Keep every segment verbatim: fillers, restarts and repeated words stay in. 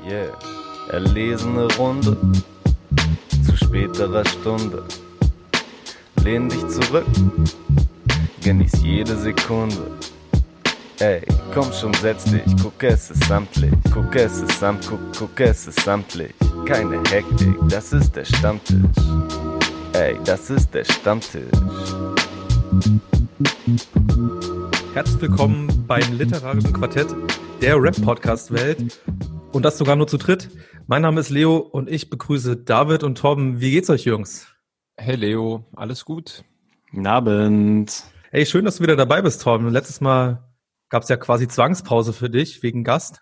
Yeah, erlesene Runde zu späterer Stunde. Lehn dich zurück, genieß jede Sekunde. Ey, komm schon, setz dich, guck, es ist samtlich, guck, es ist samt, guck, guck, es ist samtlich. Keine Hektik, das ist der Stammtisch. Ey, das ist der Stammtisch. Herzlich willkommen beim Literarischen Quartett der Rap-Podcast-Welt. Und das sogar nur zu dritt. Mein Name ist Leo und ich begrüße David und Torben. Wie geht's euch, Jungs? Hey Leo, alles gut? Guten Abend. Hey, schön, dass du wieder dabei bist, Torben. Letztes Mal gab es ja quasi Zwangspause für dich wegen Gast.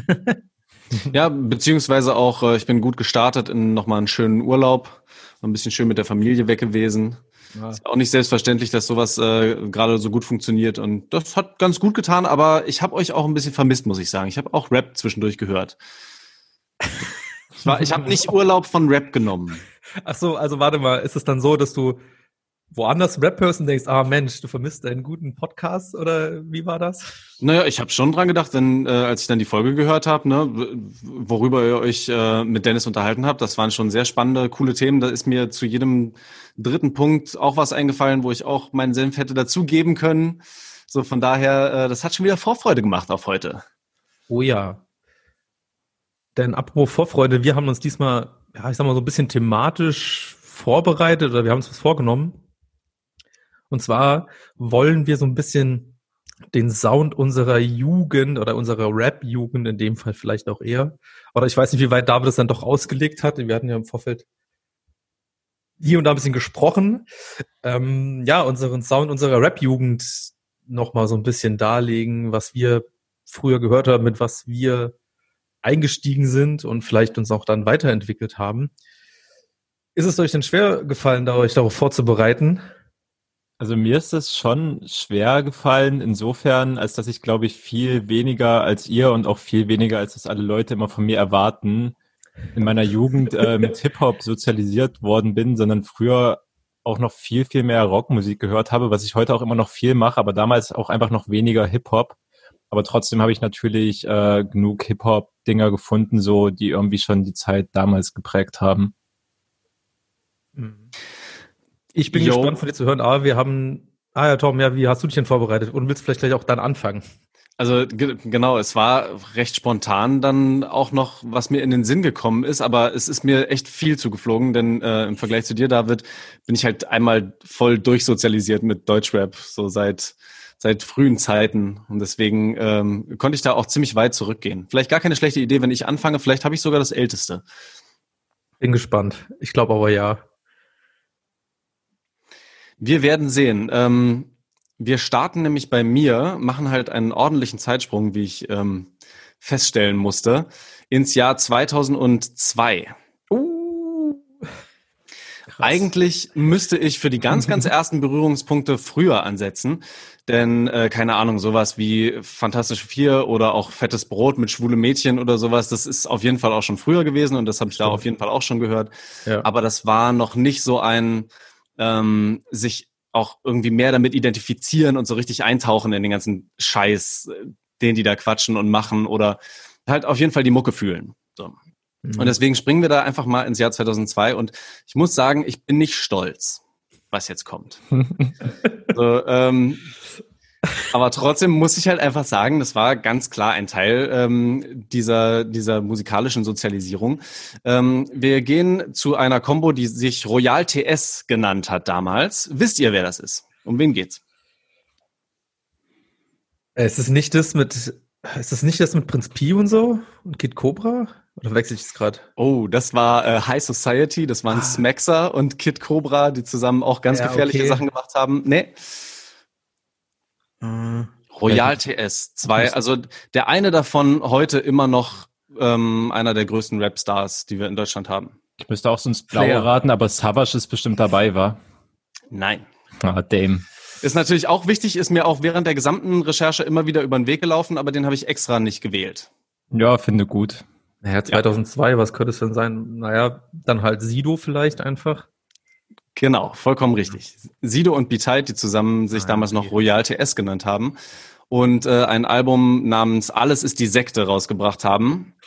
Ja, beziehungsweise auch, äh, ich bin gut gestartet in nochmal einen schönen Urlaub. Ein bisschen schön mit der Familie weg gewesen. Ja. Ist auch nicht selbstverständlich, dass sowas äh, gerade so gut funktioniert. Und das hat ganz gut getan, aber ich habe euch auch ein bisschen vermisst, muss ich sagen. Ich habe auch Rap zwischendurch gehört. Ich, war- ich habe nicht Urlaub von Rap genommen. Ach so, also warte mal, ist es dann so, dass du woanders Rap hörst und denkst, ah Mensch, du vermisst einen guten Podcast oder wie war das? Naja, ich habe schon dran gedacht, denn äh, als ich dann die Folge gehört habe, ne, w- worüber ihr euch äh, mit Dennis unterhalten habt, das waren schon sehr spannende, coole Themen. Da ist mir zu jedem dritten Punkt auch was eingefallen, wo ich auch meinen Senf hätte dazugeben können. So von daher, äh, das hat schon wieder Vorfreude gemacht auf heute. Oh ja. Denn apropos Vorfreude, wir haben uns diesmal, ja, ich sag mal so ein bisschen thematisch vorbereitet oder wir haben uns was vorgenommen. Und zwar wollen wir so ein bisschen den Sound unserer Jugend oder unserer Rap-Jugend in dem Fall vielleicht auch eher. Oder ich weiß nicht, wie weit David es dann doch ausgelegt hat. Wir hatten ja im Vorfeld hier und da ein bisschen gesprochen. Ähm, ja, unseren Sound unserer Rap-Jugend nochmal so ein bisschen darlegen, was wir früher gehört haben, mit was wir eingestiegen sind und vielleicht uns auch dann weiterentwickelt haben. Ist es euch denn schwer gefallen, da euch darauf vorzubereiten? Also mir ist es schon schwer gefallen, insofern, als dass ich, glaube ich, viel weniger als ihr und auch viel weniger, als das alle Leute immer von mir erwarten, in meiner Jugend äh, mit Hip-Hop sozialisiert worden bin, sondern früher auch noch viel, viel mehr Rockmusik gehört habe, was ich heute auch immer noch viel mache, aber damals auch einfach noch weniger Hip-Hop. Aber trotzdem habe ich natürlich äh, genug Hip-Hop-Dinger gefunden, so die irgendwie schon die Zeit damals geprägt haben. Ich bin Jo. gespannt von dir zu hören, aber wir haben, ah ja, Tom, ja, wie hast du dich denn vorbereitet? Und willst vielleicht gleich auch dann anfangen? Also ge- genau, es war recht spontan dann auch noch, was mir in den Sinn gekommen ist, aber es ist mir echt viel zugeflogen, denn äh, im Vergleich zu dir, David, bin ich halt einmal voll durchsozialisiert mit Deutschrap, so seit seit frühen Zeiten und deswegen ähm, konnte ich da auch ziemlich weit zurückgehen. Vielleicht gar keine schlechte Idee, wenn ich anfange, vielleicht habe ich sogar das Älteste. Bin gespannt. Ich glaube aber ja. Wir werden sehen. Ähm, wir starten nämlich bei mir, machen halt einen ordentlichen Zeitsprung, wie ich ähm, feststellen musste, ins Jahr zweitausendzwei. Uh, Eigentlich müsste ich für die ganz, ganz ersten Berührungspunkte früher ansetzen, denn, äh, keine Ahnung, sowas wie Fantastische Vier oder auch Fettes Brot mit schwule Mädchen oder sowas, das ist auf jeden Fall auch schon früher gewesen und das habe ich da Stimmt. auf jeden Fall auch schon gehört. Ja. Aber das war noch nicht so ein ähm, sich auch irgendwie mehr damit identifizieren und so richtig eintauchen in den ganzen Scheiß, äh, den die da quatschen und machen oder halt auf jeden Fall die Mucke fühlen. So. Mhm. Und deswegen springen wir da einfach mal ins Jahr zweitausendzwei und ich muss sagen, ich bin nicht stolz, was jetzt kommt. so, ähm, aber trotzdem muss ich halt einfach sagen, das war ganz klar ein Teil ähm, dieser dieser musikalischen Sozialisierung. Ähm, wir gehen zu einer Combo, die sich Royal T S genannt hat damals. Wisst ihr, wer das ist? Um wen geht's? Es ist nicht das mit, ist es nicht das mit Prinz Pi und so? Und Kid Cobra? Oder wechsle ich es gerade? Oh, das war äh, High Society, das waren Ah. Smaxer und Kid Cobra, die zusammen auch ganz Ja, gefährliche okay. Sachen gemacht haben. Nee, Royal Ja. T S zwei, also der eine davon heute immer noch ähm, einer der größten Rap-Stars, die wir in Deutschland haben. Ich müsste auch so ins Blaue Flair. raten, aber Savage ist bestimmt dabei, war. Nein. Ah, Dame. Ist natürlich auch wichtig, ist mir auch während der gesamten Recherche immer wieder über den Weg gelaufen, aber den habe ich extra nicht gewählt. Ja, finde gut. Naja, zweitausendzwei, was könnte es denn sein? Naja, dann halt Sido vielleicht einfach. Genau, vollkommen richtig. Sido und B-Tight, die zusammen sich Ah, damals okay. noch Royal T S genannt haben und äh, ein Album namens Alles ist die Sekte rausgebracht haben.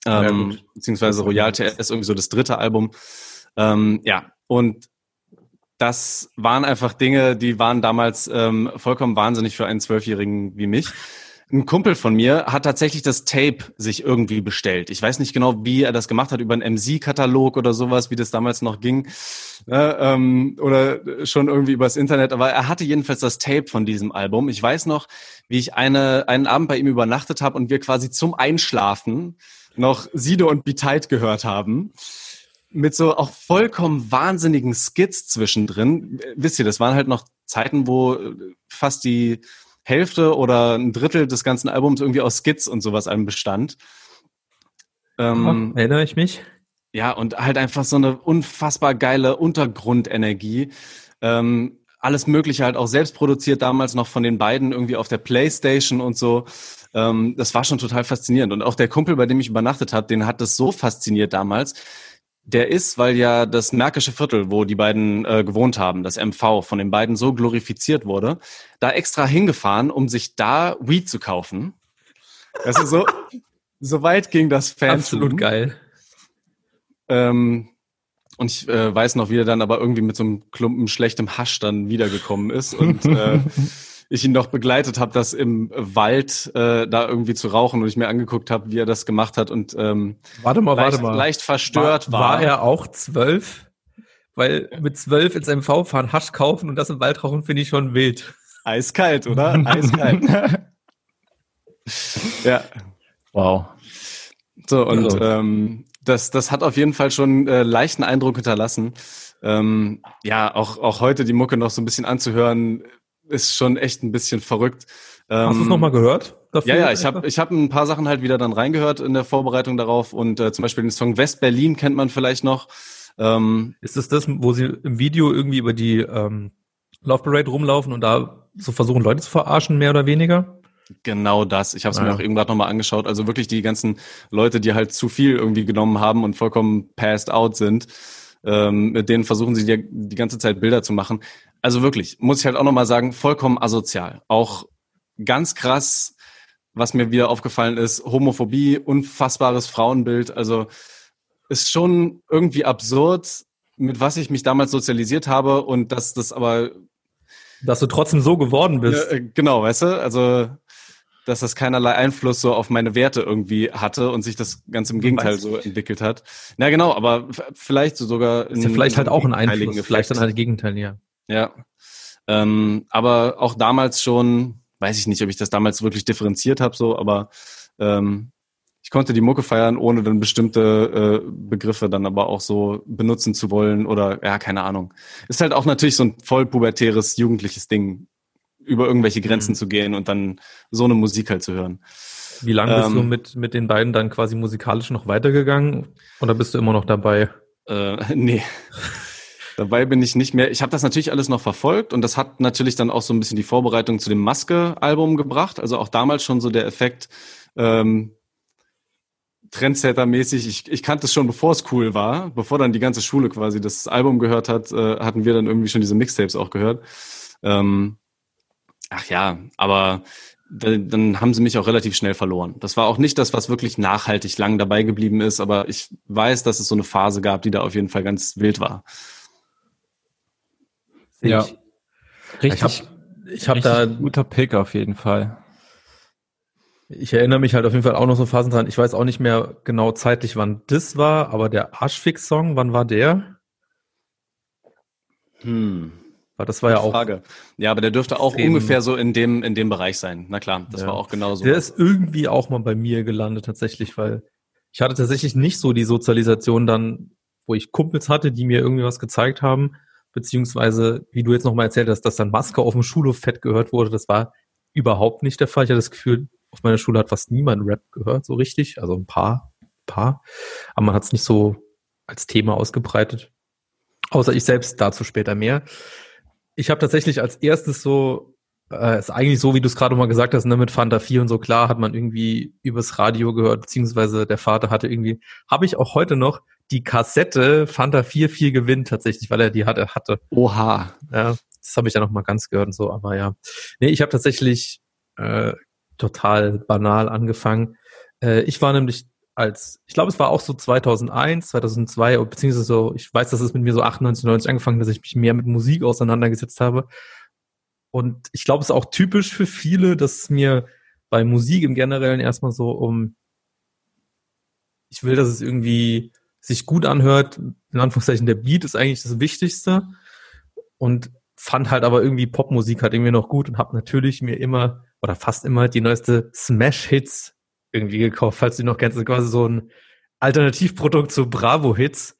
Ähm, Ja, beziehungsweise Royal-T S, irgendwie so das dritte Album. Ähm, ja, und das waren einfach Dinge, die waren damals ähm, vollkommen wahnsinnig für einen Zwölfjährigen wie mich. Ein Kumpel von mir hat tatsächlich das Tape sich irgendwie bestellt. Ich weiß nicht genau, wie er das gemacht hat, über einen M Z-Katalog oder sowas, wie das damals noch ging. Ja, ähm, oder schon irgendwie übers Internet. Aber er hatte jedenfalls das Tape von diesem Album. Ich weiß noch, wie ich eine, einen Abend bei ihm übernachtet habe und wir quasi zum Einschlafen noch Sido und Be Tight gehört haben. Mit so auch vollkommen wahnsinnigen Skits zwischendrin. Wisst ihr, das waren halt noch Zeiten, wo fast die Hälfte oder ein Drittel des ganzen Albums irgendwie aus Skits und sowas einem bestand. Ähm, Ach, erinnere ich mich? Ja, und halt einfach so eine unfassbar geile Untergrundenergie. Ähm, alles Mögliche halt auch selbst produziert, damals noch von den beiden irgendwie auf der Playstation und so. Ähm, das war schon total faszinierend. Und auch der Kumpel, bei dem ich übernachtet habe, den hat das so fasziniert damals. Der ist, weil ja das Märkische Viertel, wo die beiden äh, gewohnt haben, das M V, von den beiden so glorifiziert wurde, da extra hingefahren, um sich da Weed zu kaufen. Das ist so, so weit ging das Fantum. Absolut geil. Ähm, und ich äh, weiß noch, wie er dann aber irgendwie mit so einem Klumpen schlechtem Hasch dann wiedergekommen ist und äh, ich ihn noch begleitet habe, das im Wald äh, da irgendwie zu rauchen und ich mir angeguckt habe, wie er das gemacht hat und ähm, warte mal, leicht, warte mal. leicht verstört war. War er auch zwölf? Weil mit zwölf ins M V fahren, Hasch kaufen und das im Wald rauchen, finde ich schon wild. Eiskalt, oder? Eiskalt. Ja. Wow. So, und Also. ähm, das, das hat auf jeden Fall schon äh, leichten Eindruck hinterlassen. Ähm, ja, auch, auch heute die Mucke noch so ein bisschen anzuhören, ist schon echt ein bisschen verrückt. Ähm, Hast du es nochmal gehört? Dafür? Ja, ja, ich habe ich hab ein paar Sachen halt wieder dann reingehört in der Vorbereitung darauf und äh, zum Beispiel den Song West-Berlin kennt man vielleicht noch. Ähm, Ist es das, wo sie im Video irgendwie über die ähm, Love Parade rumlaufen und da so versuchen, Leute zu verarschen, mehr oder weniger? Genau das. Ich habe es Ah, mir ja. auch eben gerade nochmal angeschaut. Also wirklich die ganzen Leute, die halt zu viel irgendwie genommen haben und vollkommen passed out sind, ähm, mit denen versuchen sie die, die ganze Zeit Bilder zu machen. Also wirklich, muss ich halt auch nochmal sagen, vollkommen asozial. Auch ganz krass, was mir wieder aufgefallen ist, Homophobie, unfassbares Frauenbild. Also ist schon irgendwie absurd, mit was ich mich damals sozialisiert habe und dass das aber... Dass du trotzdem so geworden bist. Ja, genau, weißt du, also dass das keinerlei Einfluss so auf meine Werte irgendwie hatte und sich das ganz im Gegenteil so entwickelt hat. Na genau, aber f- vielleicht so sogar... Ist ja vielleicht halt auch ein gegenteiligen Einfluss, vielleicht dann Effekt. halt Gegenteil, ja. Ja, ähm, aber auch damals schon, weiß ich nicht, ob ich das damals wirklich differenziert habe, so, aber ähm, ich konnte die Mucke feiern, ohne dann bestimmte äh, Begriffe dann aber auch so benutzen zu wollen oder, ja, keine Ahnung. Ist halt auch natürlich so ein voll pubertäres, jugendliches Ding, über irgendwelche Grenzen Mhm. zu gehen und dann so eine Musik halt zu hören. Wie lange bist Ähm, du mit, mit den beiden dann quasi musikalisch noch weitergegangen? Oder bist du immer noch dabei? Äh, nee. Dabei bin ich nicht mehr. Ich habe das natürlich alles noch verfolgt und das hat natürlich dann auch so ein bisschen die Vorbereitung zu dem Maske-Album gebracht. Also auch damals schon so der Effekt, ähm, Trendsetter-mäßig. Ich, ich kannte es schon, bevor es cool war. Bevor dann die ganze Schule quasi das Album gehört hat, äh, hatten wir dann irgendwie schon diese Mixtapes auch gehört. Ähm, ach ja, aber da, dann haben sie mich auch relativ schnell verloren. Das war auch nicht das, was wirklich nachhaltig lang dabei geblieben ist, aber ich weiß, dass es so eine Phase gab, die da auf jeden Fall ganz wild war. Ja. Ich, Richtig, ich habe ich hab richtig da, guter Pick auf jeden Fall. ich erinnere mich halt auf jeden Fall auch noch so Phasen dran. Ich weiß auch nicht mehr genau zeitlich, wann das war, aber der Arschfix-Song, wann war der? Hm. Weil das war ja auch, Frage. Ja, aber der dürfte auch extrem- ungefähr so in dem in dem Bereich sein. Na klar, das Ja. war auch genau so. der ist irgendwie auch mal bei mir gelandet tatsächlich, weil ich hatte tatsächlich nicht so die Sozialisation dann, wo ich Kumpels hatte, die mir irgendwie was gezeigt haben, beziehungsweise, wie du jetzt nochmal erzählt hast, dass dann Maske auf dem Schulhof fett gehört wurde, das war überhaupt nicht der Fall. Ich hatte das Gefühl, auf meiner Schule hat fast niemand Rap gehört, so richtig, also ein paar, paar, aber man hat es nicht so als Thema ausgebreitet, außer ich selbst, dazu später mehr. Ich habe tatsächlich als erstes so, äh, ist eigentlich so, wie du es gerade mal gesagt hast, ne, mit Fanta vier und so, klar, hat man irgendwie übers Radio gehört, beziehungsweise der Vater hatte irgendwie, habe ich auch heute noch die Kassette Fanta vier vier gewinnt tatsächlich, weil er die hatte, hatte. Oha. Ja, das habe ich ja noch mal ganz gehört und so, aber ja. Nee, ich habe tatsächlich äh, total banal angefangen. Äh, ich war nämlich als, ich glaube, es war auch so zweitausendeins, zweitausendzwei, beziehungsweise so, ich weiß, dass es mit mir so achtundneunzig, neunzig angefangen hat, dass ich mich mehr mit Musik auseinandergesetzt habe. Und ich glaube, es ist auch typisch für viele, dass es mir bei Musik im Generellen erstmal so um, ich will, dass es irgendwie sich gut anhört, in Anführungszeichen der Beat ist eigentlich das Wichtigste, und fand halt aber irgendwie Popmusik halt irgendwie noch gut und habe natürlich mir immer oder fast immer die neueste Smash-Hits irgendwie gekauft, falls du die noch kennst. Das ist quasi so ein Alternativprodukt zu Bravo-Hits.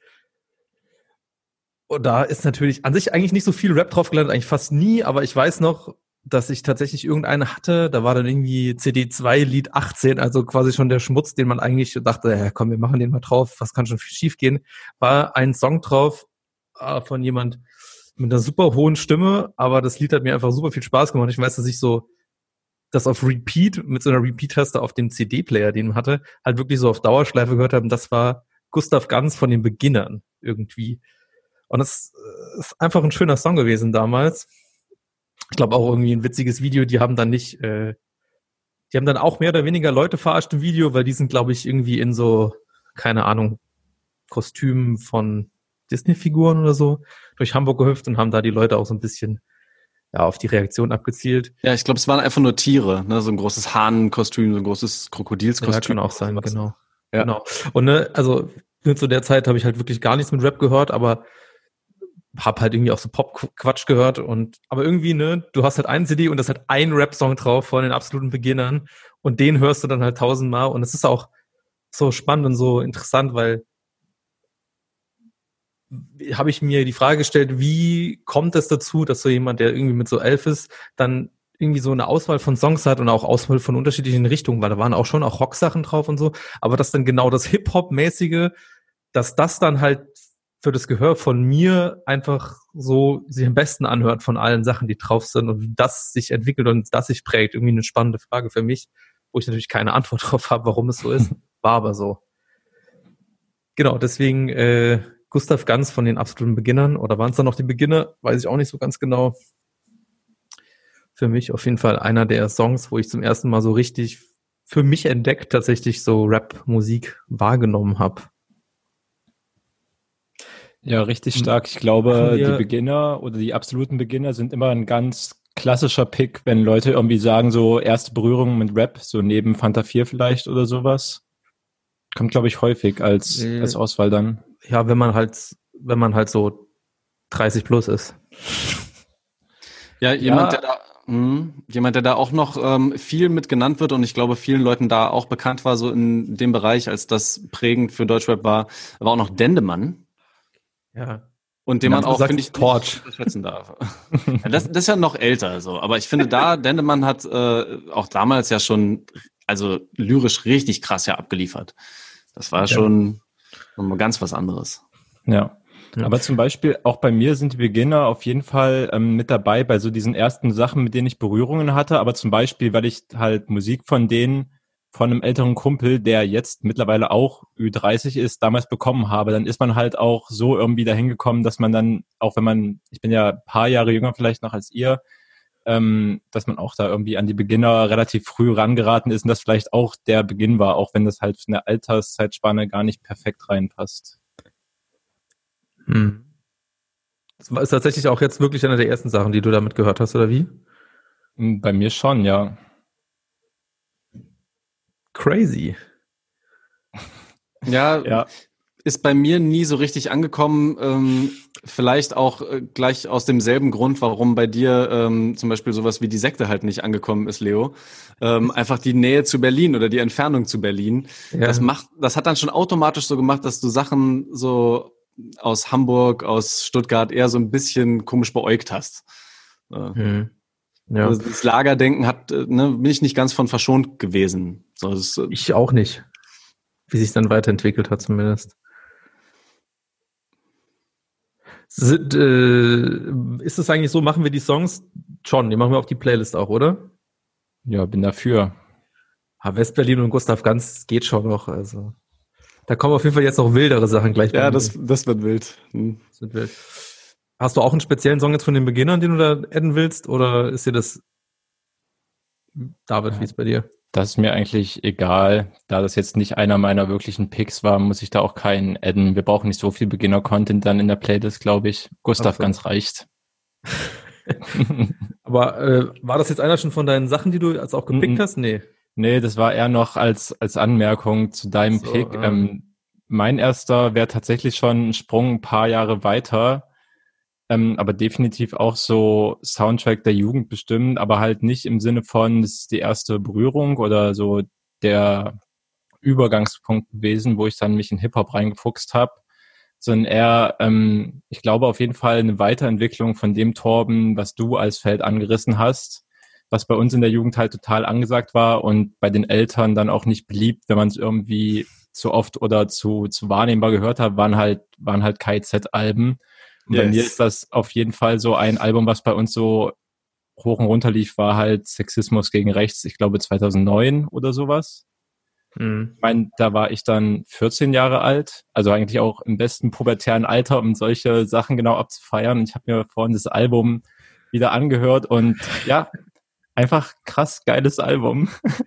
Und da ist natürlich an sich eigentlich nicht so viel Rap drauf gelandet, eigentlich fast nie, aber ich weiß noch, dass ich tatsächlich irgendeine hatte, da war dann irgendwie C D zwei Lied achtzehn, also quasi schon der Schmutz, den man eigentlich dachte, ja komm, wir machen den mal drauf, was kann schon schief gehen, war ein Song drauf äh, von jemand mit einer super hohen Stimme, aber das Lied hat mir einfach super viel Spaß gemacht. Ich weiß, dass ich so das auf Repeat, mit so einer Repeat-Taste auf dem C D-Player, den man hatte, halt wirklich so auf Dauerschleife gehört habe, und das war Gustav Ganz von den Beginnern irgendwie. Und das ist einfach ein schöner Song gewesen damals. Ich glaube auch irgendwie ein witziges Video, die haben dann nicht, äh, die haben dann auch mehr oder weniger Leute verarscht im Video, weil die sind, glaube ich, irgendwie in so, keine Ahnung, Kostümen von Disney-Figuren oder so durch Hamburg gehüpft und haben da die Leute auch so ein bisschen ja, auf die Reaktion abgezielt. Ja, ich glaube, es waren einfach nur Tiere, ne? So ein großes Hahnenkostüm, so ein großes Krokodilskostüm. Ja, kann auch sein, genau. Ja. Genau. Und ne, also zu der Zeit habe ich halt wirklich gar nichts mit Rap gehört, aber hab halt irgendwie auch so Pop-Quatsch gehört, und aber irgendwie, ne, du hast halt einen C D und das hat ein Rap-Song drauf von den absoluten Beginnern, und den hörst du dann halt tausendmal, und es ist auch so spannend und so interessant, weil habe ich mir die Frage gestellt, wie kommt es dazu, dass so jemand, der irgendwie mit so elf ist, dann irgendwie so eine Auswahl von Songs hat und auch Auswahl von unterschiedlichen Richtungen, weil da waren auch schon auch Rocksachen drauf und so, aber dass dann genau das Hip-Hop-mäßige, dass das dann halt für das Gehör von mir einfach so sich am besten anhört von allen Sachen, die drauf sind, und wie das sich entwickelt und das sich prägt. Irgendwie eine spannende Frage für mich, wo ich natürlich keine Antwort drauf habe, warum es so ist. War aber so. Genau, deswegen äh, Gustav Ganz von den absoluten Beginnern, oder waren es dann noch die Beginner? Weiß ich auch nicht so ganz genau. Für mich auf jeden Fall einer der Songs, wo ich zum ersten Mal so richtig für mich entdeckt tatsächlich so Rap-Musik wahrgenommen habe. Ja, richtig stark. Ich glaube, wir- die Beginner oder die absoluten Beginner sind immer ein ganz klassischer Pick, wenn Leute irgendwie sagen, so erste Berührung mit Rap, so neben Fanta vier vielleicht oder sowas. Kommt, glaube ich, häufig als, Äh, als Auswahl dann. Ja, wenn man halt, wenn man halt so dreißig plus ist. Ja, jemand, Ja. der da, mh, jemand, der da auch noch ähm, viel mit genannt wird und ich glaube vielen Leuten da auch bekannt war, so in dem Bereich, als das prägend für Deutschrap war, war auch noch Dendemann. Ja. Und den Ja, man du auch, sagst finde ich, Torch. nicht unterschätzen darf. Ja, das, das ist ja noch älter, so. Aber ich finde da, Dendemann hat äh, auch damals ja schon, also lyrisch richtig krass ja abgeliefert. Das war Ja. schon nochmal ganz was anderes. Ja. Ja. Aber zum Beispiel auch bei mir sind die Beginner auf jeden Fall ähm, mit dabei bei so diesen ersten Sachen, mit denen ich Berührungen hatte. Aber zum Beispiel, weil ich halt Musik von denen, von einem älteren Kumpel, der jetzt mittlerweile auch Ü dreißig ist, damals bekommen habe, dann ist man halt auch so irgendwie dahin gekommen, dass man dann, auch wenn man, ich bin ja ein paar Jahre jünger vielleicht noch als ihr, ähm, dass man auch da irgendwie an die Beginner relativ früh rangeraten ist und das vielleicht auch der Beginn war, auch wenn das halt in der Alterszeitspanne gar nicht perfekt reinpasst. Hm. Das war- ist tatsächlich auch jetzt wirklich eine der ersten Sachen, die du damit gehört hast, oder wie? Bei mir schon, ja. Crazy. Ja, Ja. ist bei mir nie so richtig angekommen. Ähm, vielleicht auch äh, gleich aus demselben Grund, warum bei dir ähm, zum Beispiel sowas wie die Sekte halt nicht angekommen ist, Leo. Ähm, einfach die Nähe zu Berlin oder die Entfernung zu Berlin. Ja. Das macht, das hat dann schon automatisch so gemacht, dass du Sachen so aus Hamburg, aus Stuttgart eher so ein bisschen komisch beäugt hast. Äh, Hm. Ja. Also das Lagerdenken hat, äh, ne, bin ich nicht ganz von verschont gewesen. So, das ist, äh, Ich auch nicht. Wie sich dann weiterentwickelt hat zumindest. Sind, äh, ist es eigentlich so, machen wir die Songs schon, die machen wir auf die Playlist auch, oder? Ja, bin dafür. Ah, West-Berlin und Gustav Ganz geht schon noch, also. Da kommen auf jeden Fall jetzt noch wildere Sachen gleich. bei ja, mir. das, das wird wild. Hm. Das wird wild. Hast du auch einen speziellen Song jetzt von den Beginnern, den du da adden willst, oder ist dir das, David, wie ist bei dir? Das ist mir eigentlich egal. Da das jetzt nicht einer meiner wirklichen Picks war, muss ich da auch keinen adden. Wir brauchen nicht so viel Beginner-Content dann in der Playlist, glaube ich. Gustav so. ganz reicht. Aber äh, war das jetzt einer schon von deinen Sachen, die du jetzt auch gepickt Mhm. hast? Nee. Nee, das war eher noch als, als Anmerkung zu deinem So, Pick. ah. Ähm, mein erster wäre tatsächlich schon ein Sprung ein paar Jahre weiter, ähm, aber definitiv auch so Soundtrack der Jugend bestimmt, aber halt nicht im Sinne von, das ist die erste Berührung oder so der Übergangspunkt gewesen, wo ich dann mich in Hip-Hop reingefuchst habe, sondern eher, ähm, ich glaube auf jeden Fall eine Weiterentwicklung von dem Torben, was du als Feld angerissen hast, was bei uns in der Jugend halt total angesagt war und bei den Eltern dann auch nicht beliebt, wenn man es irgendwie zu oft oder zu, zu wahrnehmbar gehört hat, waren halt, waren halt K I Z-Alben. Und bei Yes. mir ist das auf jeden Fall so ein Album, was bei uns so hoch und runter lief, war halt Sexismus gegen Rechts, ich glaube zweitausendneun oder sowas. Mhm. Ich meine, da war ich dann vierzehn Jahre alt, also eigentlich auch im besten pubertären Alter, um solche Sachen genau abzufeiern. Und ich habe mir vorhin das Album wieder angehört und ja, einfach krass geiles Album.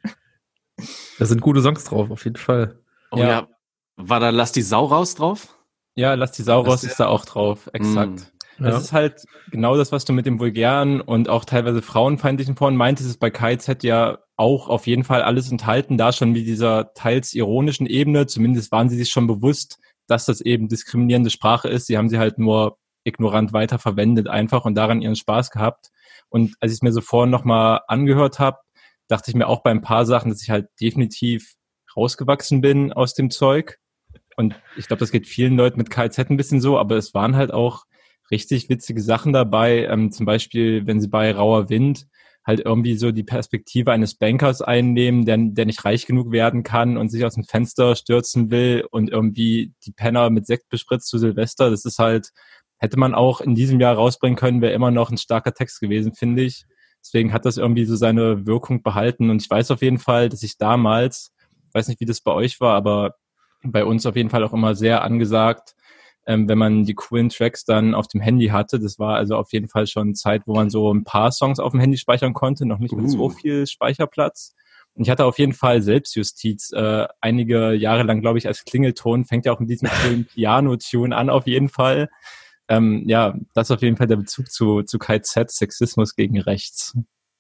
Da sind gute Songs drauf, auf jeden Fall. Oh Ja. ja. War da Lass die Sau raus drauf? Ja, Lass die Sau Das raus ist da auch drauf, exakt. Ja. Es ist halt genau das, was du mit dem vulgären und auch teilweise frauenfeindlichen vorhin meintest, ist bei K I Z ja auch auf jeden Fall alles enthalten, da schon mit dieser teils ironischen Ebene, zumindest waren sie sich schon bewusst, dass das eben diskriminierende Sprache ist, sie haben sie halt nur ignorant weiter verwendet einfach und daran ihren Spaß gehabt. Und als ich es mir so vorhin nochmal angehört habe, dachte ich mir auch bei ein paar Sachen, dass ich halt definitiv rausgewachsen bin aus dem Zeug. Und ich glaube, das geht vielen Leuten mit K I Z ein bisschen so, aber es waren halt auch richtig witzige Sachen dabei. Ähm, zum Beispiel, wenn sie bei Rauer Wind halt irgendwie so die Perspektive eines Bankers einnehmen, der, der nicht reich genug werden kann und sich aus dem Fenster stürzen will und irgendwie die Penner mit Sekt bespritzt zu Silvester. Das ist halt, hätte man auch in diesem Jahr rausbringen können, wäre immer noch ein starker Text gewesen, finde ich. Deswegen hat das irgendwie so seine Wirkung behalten. Und ich weiß auf jeden Fall, dass ich damals, weiß nicht, wie das bei euch war, aber bei uns auf jeden Fall auch immer sehr angesagt, ähm, wenn man die coolen Tracks dann auf dem Handy hatte. Das war also auf jeden Fall schon Zeit, wo man so ein paar Songs auf dem Handy speichern konnte, noch nicht mit Uh. so viel Speicherplatz. Und ich hatte auf jeden Fall Selbstjustiz äh, einige Jahre lang, glaube ich, als Klingelton. Fängt ja auch mit diesem coolen Piano-Tune an, auf jeden Fall. Ähm, ja, das ist auf jeden Fall der Bezug zu, zu K I Z, Sexismus gegen Rechts.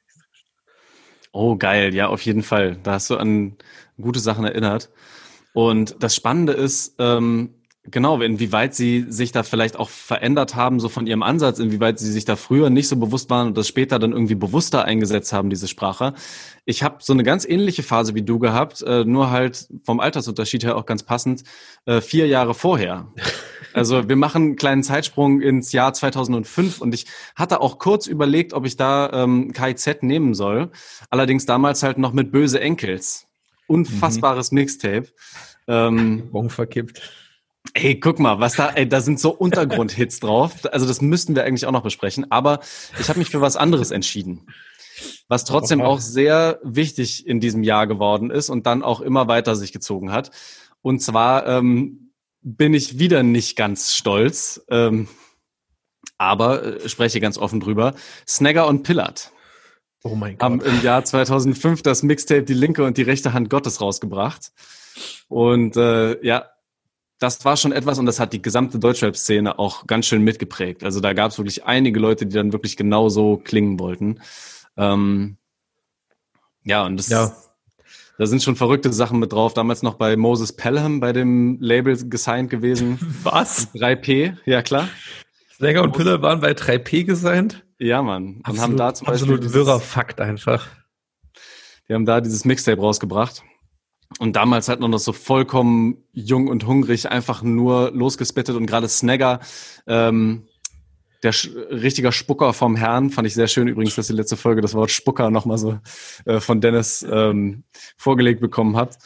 Oh, geil. Ja, auf jeden Fall. Da hast du an gute Sachen erinnert. Und das Spannende ist, ähm, genau, inwieweit sie sich da vielleicht auch verändert haben, so von ihrem Ansatz, inwieweit sie sich da früher nicht so bewusst waren und das später dann irgendwie bewusster eingesetzt haben, diese Sprache. Ich habe so eine ganz ähnliche Phase wie du gehabt, äh, nur halt vom Altersunterschied her auch ganz passend, äh, vier Jahre vorher. Also wir machen einen kleinen Zeitsprung ins Jahr zweitausendfünf und ich hatte auch kurz überlegt, ob ich da ähm, K I Z nehmen soll. Allerdings damals halt noch mit Böse Enkels. Unfassbares mhm. Mixtape. Ähm, Bon verkippt. Ey, guck mal, was da, ey, da sind so Untergrundhits drauf. Also das müssten wir eigentlich auch noch besprechen. Aber ich habe mich für was anderes entschieden. Was trotzdem auch sehr wichtig in diesem Jahr geworden ist und dann auch immer weiter sich gezogen hat. Und zwar ähm, bin ich wieder nicht ganz stolz, ähm, aber äh, spreche ganz offen drüber. Snagger und Pillard Oh mein haben Gott. im Jahr zweitausendfünf das Mixtape Die linke und die rechte Hand Gottes rausgebracht. Und äh, ja, das war schon etwas und das hat die gesamte Deutschrap-Szene auch ganz schön mitgeprägt. Also da gab es wirklich einige Leute, die dann wirklich genauso klingen wollten. Ähm, ja, und das, Ja. da sind schon verrückte Sachen mit drauf. Damals noch bei Moses Pelham bei dem Label gesigned gewesen. Was? drei P, ja klar. Sänger und Pille waren bei drei P gesigned? Ja, Mann. Und Absolut, haben da zum Beispiel absolut dieses, wirrer Fakt einfach. die haben da dieses Mixtape rausgebracht. Und damals halt noch so vollkommen jung und hungrig, einfach nur losgespittet und gerade Snagger, ähm, der sch- richtiger Spucker vom Herrn, fand ich sehr schön übrigens, dass die letzte Folge das Wort Spucker nochmal so äh, von Dennis ähm, vorgelegt bekommen hat.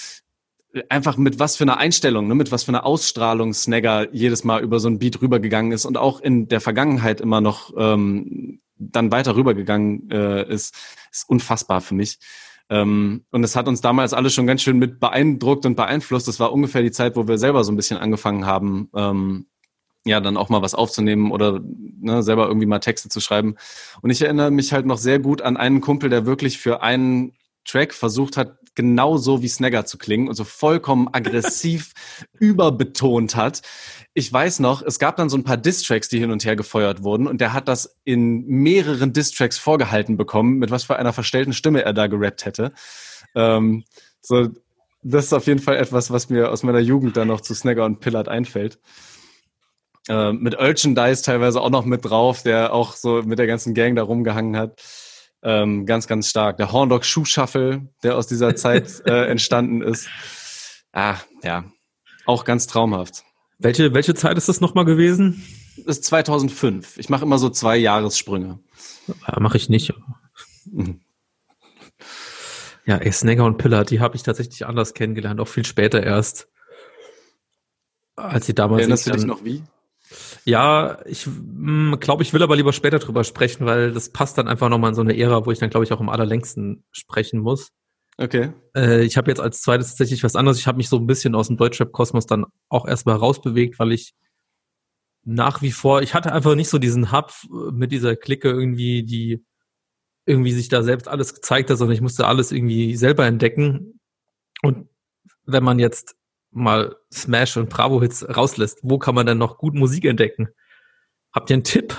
Einfach mit was für einer Einstellung, ne, mit was für einer Ausstrahlung Snagger jedes Mal über so ein Beat rübergegangen ist und auch in der Vergangenheit immer noch ähm, dann weiter rübergegangen äh, ist, ist unfassbar für mich. Ähm, und es hat uns damals alle schon ganz schön mit beeindruckt und beeinflusst. Das war ungefähr die Zeit, wo wir selber so ein bisschen angefangen haben, ähm, ja, dann auch mal was aufzunehmen oder ne, selber irgendwie mal Texte zu schreiben. Und ich erinnere mich halt noch sehr gut an einen Kumpel, der wirklich für einen Track versucht hat, genauso wie Snagger zu klingen und so vollkommen aggressiv überbetont hat. Ich weiß noch, es gab dann so ein paar Diss-Tracks, die hin und her gefeuert wurden und der hat das in mehreren Diss-Tracks vorgehalten bekommen, mit was für einer verstellten Stimme er da gerappt hätte. Ähm, so, das ist auf jeden Fall etwas, was mir aus meiner Jugend dann noch zu Snagger und Pillard einfällt. Äh, mit Urchandise teilweise auch noch mit drauf, der auch so mit der ganzen Gang da rumgehangen hat. Ähm, ganz, ganz stark. Der Horndog Shoe Shuffle, der aus dieser Zeit äh, entstanden ist. Ah, ja, auch ganz traumhaft. Welche, welche Zeit ist das nochmal gewesen? Das ist zweitausendfünf. Ich mache immer so zwei Jahressprünge. Ja, mache ich nicht. Mhm. Ja, ey, Snagger und Pillard, die habe ich tatsächlich anders kennengelernt, auch viel später erst. Als sie damals. Erinnerst du dich noch wie? Ja, ich glaube, ich will aber lieber später drüber sprechen, weil das passt dann einfach nochmal in so eine Ära, wo ich dann, glaube ich, auch am allerlängsten sprechen muss. Okay. Äh, ich habe jetzt als zweites tatsächlich was anderes. Ich habe mich so ein bisschen aus dem Deutschrap-Kosmos dann auch erstmal rausbewegt, weil ich nach wie vor, ich hatte einfach nicht so diesen Hub mit dieser Clique irgendwie, die irgendwie sich da selbst alles gezeigt hat, sondern ich musste alles irgendwie selber entdecken. Und wenn man jetzt mal Smash und Bravo-Hits rauslässt, wo kann man dann noch gut Musik entdecken? Habt ihr einen Tipp?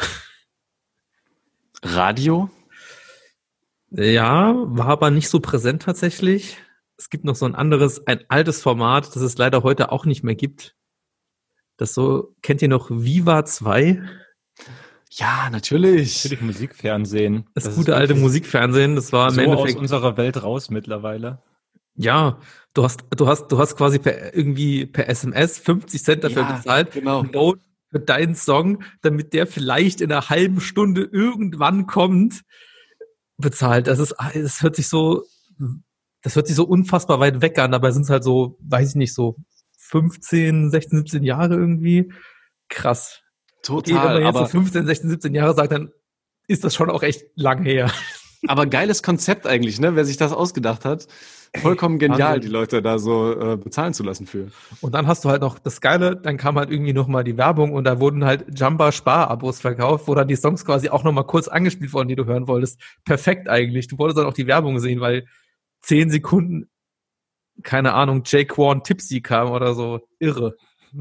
Radio? Ja, war aber nicht so präsent tatsächlich. Es gibt noch so ein anderes, ein altes Format, das es leider heute auch nicht mehr gibt. Das so, kennt ihr noch Viva zwei? Ja, natürlich. Natürlich Musikfernsehen. Das, das gute alte Musikfernsehen, das war im so Endeffekt aus unserer Welt raus mittlerweile. Ja, du hast, du hast, du hast quasi per, irgendwie per S M S fünfzig Cent dafür Ja, bezahlt, genau. Note für deinen Song, damit der vielleicht in einer halben Stunde irgendwann kommt, bezahlt. Das ist, das hört sich so, das hört sich so unfassbar weit weg an, dabei sind es halt so, weiß ich nicht, so fünfzehn, sechzehn, siebzehn Jahre irgendwie. Krass. Total. Okay, wenn man jetzt aber so fünfzehn, sechzehn, siebzehn Jahre sagt, dann ist das schon auch echt lang her. Aber geiles Konzept eigentlich, ne? Wer sich das ausgedacht hat. Vollkommen genial, die Leute da so äh, bezahlen zu lassen für. Und dann hast du halt noch das Geile, dann kam halt irgendwie nochmal die Werbung und da wurden halt Jamba-Spar-Abos verkauft, wo dann die Songs quasi auch nochmal kurz angespielt wurden, die du hören wolltest. Perfekt eigentlich. Du wolltest dann auch die Werbung sehen, weil zehn Sekunden, keine Ahnung, Jaquan Tipsy kam oder so. Irre.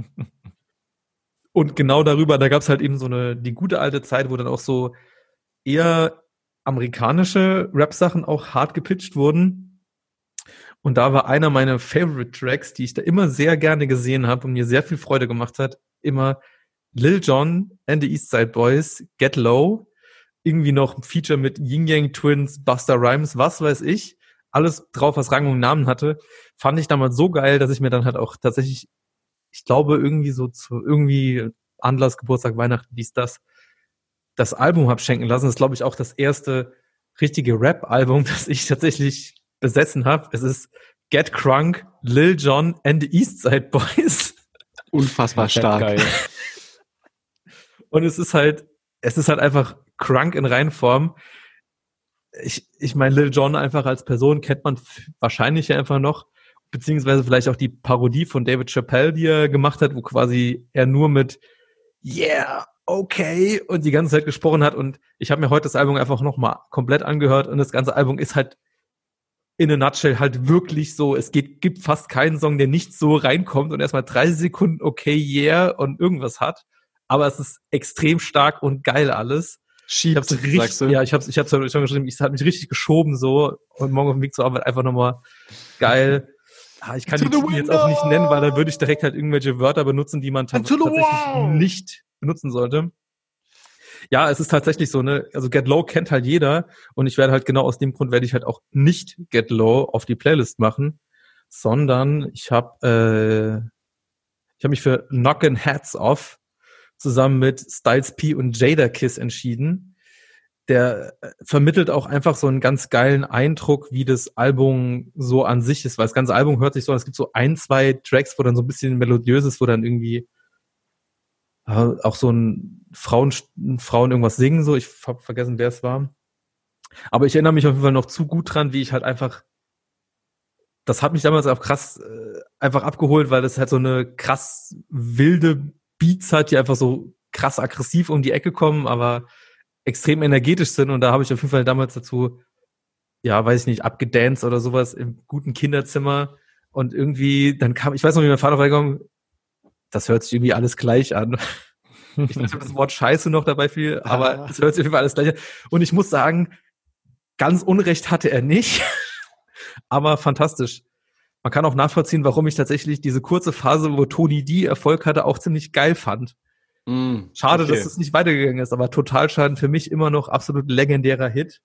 Und genau darüber, da gab's halt eben so eine, die gute alte Zeit, wo dann auch so eher amerikanische Rap-Sachen auch hart gepitcht wurden. Und da war einer meiner Favorite Tracks, die ich da immer sehr gerne gesehen habe und mir sehr viel Freude gemacht hat, immer Lil Jon and the East Side Boys, Get Low, irgendwie noch ein Feature mit Ying Yang Twins, Busta Rhymes, was weiß ich, alles drauf, was Rang und Namen hatte, fand ich damals so geil, dass ich mir dann halt auch tatsächlich, ich glaube irgendwie so zu irgendwie Anlass, Geburtstag, Weihnachten, dies, das, das Album hab schenken lassen. Das ist, glaube ich, auch das erste richtige Rap-Album, das ich tatsächlich besessen habe. Es ist Get Crunk, Lil Jon and the East Side Boys. Unfassbar stark. Geil. Und es ist halt, es ist halt einfach Crunk in Reinform. Ich, ich meine, Lil Jon einfach als Person kennt man wahrscheinlich ja einfach noch, beziehungsweise vielleicht auch die Parodie von David Chappelle, die er gemacht hat, wo quasi er nur mit Yeah, okay und die ganze Zeit gesprochen hat. Und ich habe mir heute das Album einfach nochmal komplett angehört und das ganze Album ist halt in a nutshell halt wirklich so, es geht, gibt fast keinen Song, der nicht so reinkommt und erstmal dreißig Sekunden okay, yeah und irgendwas hat. Aber es ist extrem stark und geil alles. Schiebt, ich hab's richtig, sagst du? Ja, ich hab's, ich hab's schon geschrieben, ich hab mich richtig geschoben so und morgen auf dem Weg zur Arbeit einfach nochmal geil. Ah, ich kann To die Titel jetzt auch nicht nennen, weil da würde ich direkt halt irgendwelche Wörter benutzen, die man And to the tatsächlich wall! nicht benutzen sollte. Ja, es ist tatsächlich so, ne, also Get Low kennt halt jeder und ich werde halt genau aus dem Grund werde ich halt auch nicht Get Low auf die Playlist machen, sondern ich habe äh, ich habe mich für Knockin' Hats Off zusammen mit Styles P und Jadakiss entschieden. Der vermittelt auch einfach so einen ganz geilen Eindruck, wie das Album so an sich ist, weil das ganze Album hört sich so an, es gibt so ein, zwei Tracks, wo dann so ein bisschen melodiös ist, wo dann irgendwie auch so ein Frauen, Frauen irgendwas singen, so, ich habe vergessen, wer es war. Aber ich erinnere mich auf jeden Fall noch zu gut dran, wie ich halt einfach, das hat mich damals auch krass äh, einfach abgeholt, weil das halt so eine krass wilde Beats hat, die einfach so krass aggressiv um die Ecke kommen, aber extrem energetisch sind und da habe ich auf jeden Fall damals dazu ja, weiß ich nicht, abgedanced oder sowas im guten Kinderzimmer und irgendwie, dann kam, ich weiß noch, wie mein Vater reingekommen, das hört sich irgendwie alles gleich an. Ich weiß nicht, ob das Wort Scheiße noch dabei fiel, aber es hört sich auf jeden Fall alles gleich an. Und ich muss sagen, ganz Unrecht hatte er nicht, aber fantastisch. Man kann auch nachvollziehen, warum ich tatsächlich diese kurze Phase, wo Tony D Erfolg hatte, auch ziemlich geil fand. Mm, Schade, okay. dass es nicht weitergegangen ist, aber Totalschaden für mich immer noch absolut legendärer Hit.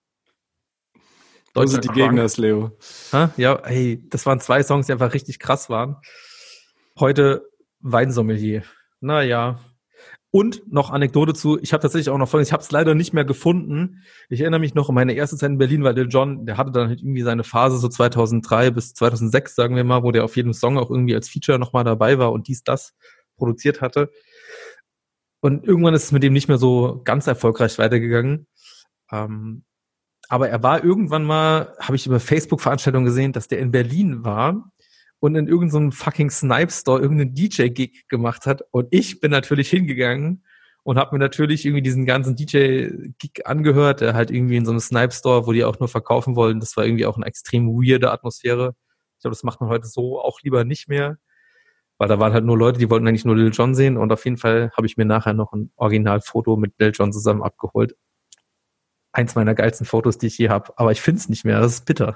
Wo sind die Gegner, Leo? Ha? Ja, hey, das waren zwei Songs, die einfach richtig krass waren. Heute Weinsommelier. Naja. Und noch Anekdote zu, ich habe tatsächlich auch noch folgendes, ich habe es leider nicht mehr gefunden. Ich erinnere mich noch an meine erste Zeit in Berlin, weil Lil Jon, der hatte dann halt irgendwie seine Phase so zweitausenddrei bis zweitausendsechs, sagen wir mal, wo der auf jedem Song auch irgendwie als Feature nochmal dabei war und dies, das produziert hatte. Und irgendwann ist es mit dem nicht mehr so ganz erfolgreich weitergegangen. Ähm, aber er war irgendwann mal, habe ich über Facebook-Veranstaltungen gesehen, dass der in Berlin war und in irgendeinem fucking Snipe-Store irgendeinen D J-Gig gemacht hat. Und ich bin natürlich hingegangen und habe mir natürlich irgendwie diesen ganzen D J-Gig angehört, der halt irgendwie in so einem Snipe-Store, wo die auch nur verkaufen wollen. Das war irgendwie auch eine extrem weirde Atmosphäre. Ich glaube, das macht man heute so auch lieber nicht mehr. Weil da waren halt nur Leute, die wollten eigentlich nur Lil Jon sehen. Und auf jeden Fall habe ich mir nachher noch ein Originalfoto mit Lil Jon zusammen abgeholt. Eins meiner geilsten Fotos, die ich je habe. Aber ich finde es nicht mehr. Das ist bitter.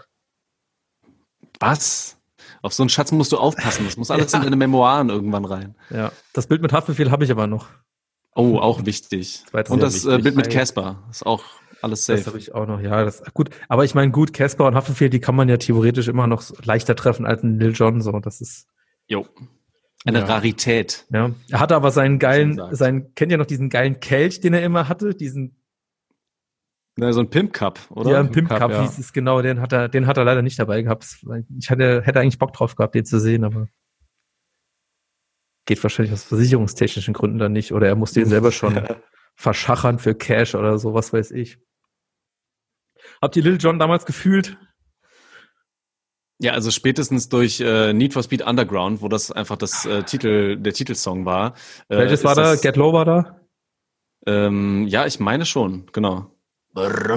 Was? Auf so einen Schatz musst du aufpassen. Das muss alles ja. in deine Memoiren irgendwann rein. Ja, das Bild mit Haftbefehl habe ich aber noch. Oh, auch wichtig. Das und das wichtig. Bild mit Casper. Ist auch alles safe. Das habe ich auch noch. Ja, das gut. Aber ich meine, gut, Casper und Haftbefehl, die kann man ja theoretisch immer noch leichter treffen als ein Lil Jon. So, das ist... Jo. Eine ja. Rarität. Ja. Er hatte aber seinen geilen, seinen, kennt ihr noch diesen geilen Kelch, den er immer hatte? Diesen. Na, so ein Pimp Cup, oder? Ja, ein Pimp Cup, ja. hieß es genau. Den hat er, den hat er leider nicht dabei gehabt. Ich hatte, hätte eigentlich Bock drauf gehabt, den zu sehen, aber geht wahrscheinlich aus versicherungstechnischen Gründen dann nicht. Oder er muss den selber schon ja. verschachern für Cash oder so, was weiß ich. Habt ihr Lil Jon damals gefühlt? Ja, also spätestens durch äh, Need for Speed Underground, wo das einfach das äh, Titel, der Titelsong war. Äh, Welches war da? Get Low war da? Ähm, ja, ich meine schon, genau. Na,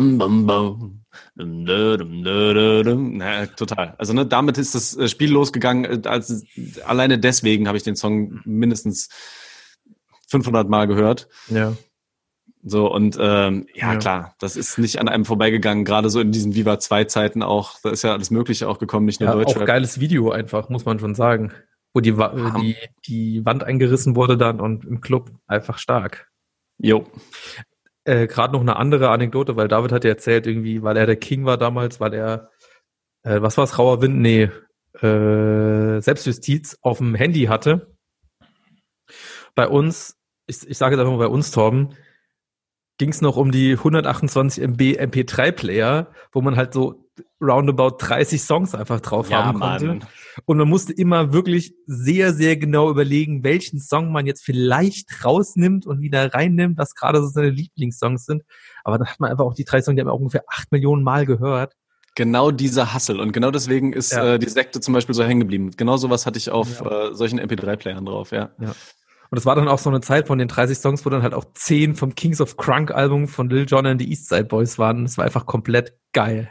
total. Also ne, damit ist das Spiel losgegangen. Als, alleine deswegen habe ich den Song mindestens fünfhundert Mal gehört. Ja. So, und ähm, ja, ja, klar, das ist nicht an einem vorbeigegangen, gerade so in diesen Viva zwei Zeiten auch, da ist ja alles Mögliche auch gekommen, nicht nur ja, Deutschrap. Auch geiles Video einfach, muss man schon sagen, wo die, die, die Wand eingerissen wurde dann und im Club einfach stark. Jo. Äh, gerade noch eine andere Anekdote, weil David hat ja erzählt irgendwie, weil er der King war damals, weil er, äh, was war's, rauer Wind? Nee, äh, Selbstjustiz auf dem Handy hatte. Bei uns, ich, ich sage jetzt einfach mal bei uns, Torben, ging es noch um die hundertachtundzwanzig Megabyte M P drei Player, wo man halt so roundabout dreißig Songs einfach drauf ja, haben konnte. Mann. Und man musste immer wirklich sehr, sehr genau überlegen, welchen Song man jetzt vielleicht rausnimmt und wieder reinnimmt, was gerade so seine Lieblingssongs sind. Aber dann hat man einfach auch die drei Songs, die haben wir auch ungefähr acht Millionen Mal gehört. Genau dieser Hassel. Und genau deswegen ist ja. äh, die Sekte zum Beispiel so hängen geblieben. Genau sowas hatte ich auf ja. äh, solchen M P drei Playern drauf, ja. ja. Und es war dann auch so eine Zeit von den dreißig Songs, wo dann halt auch zehn vom Kings of Crunk Album von Lil Jon and the East Side Boys waren. Es war einfach komplett geil.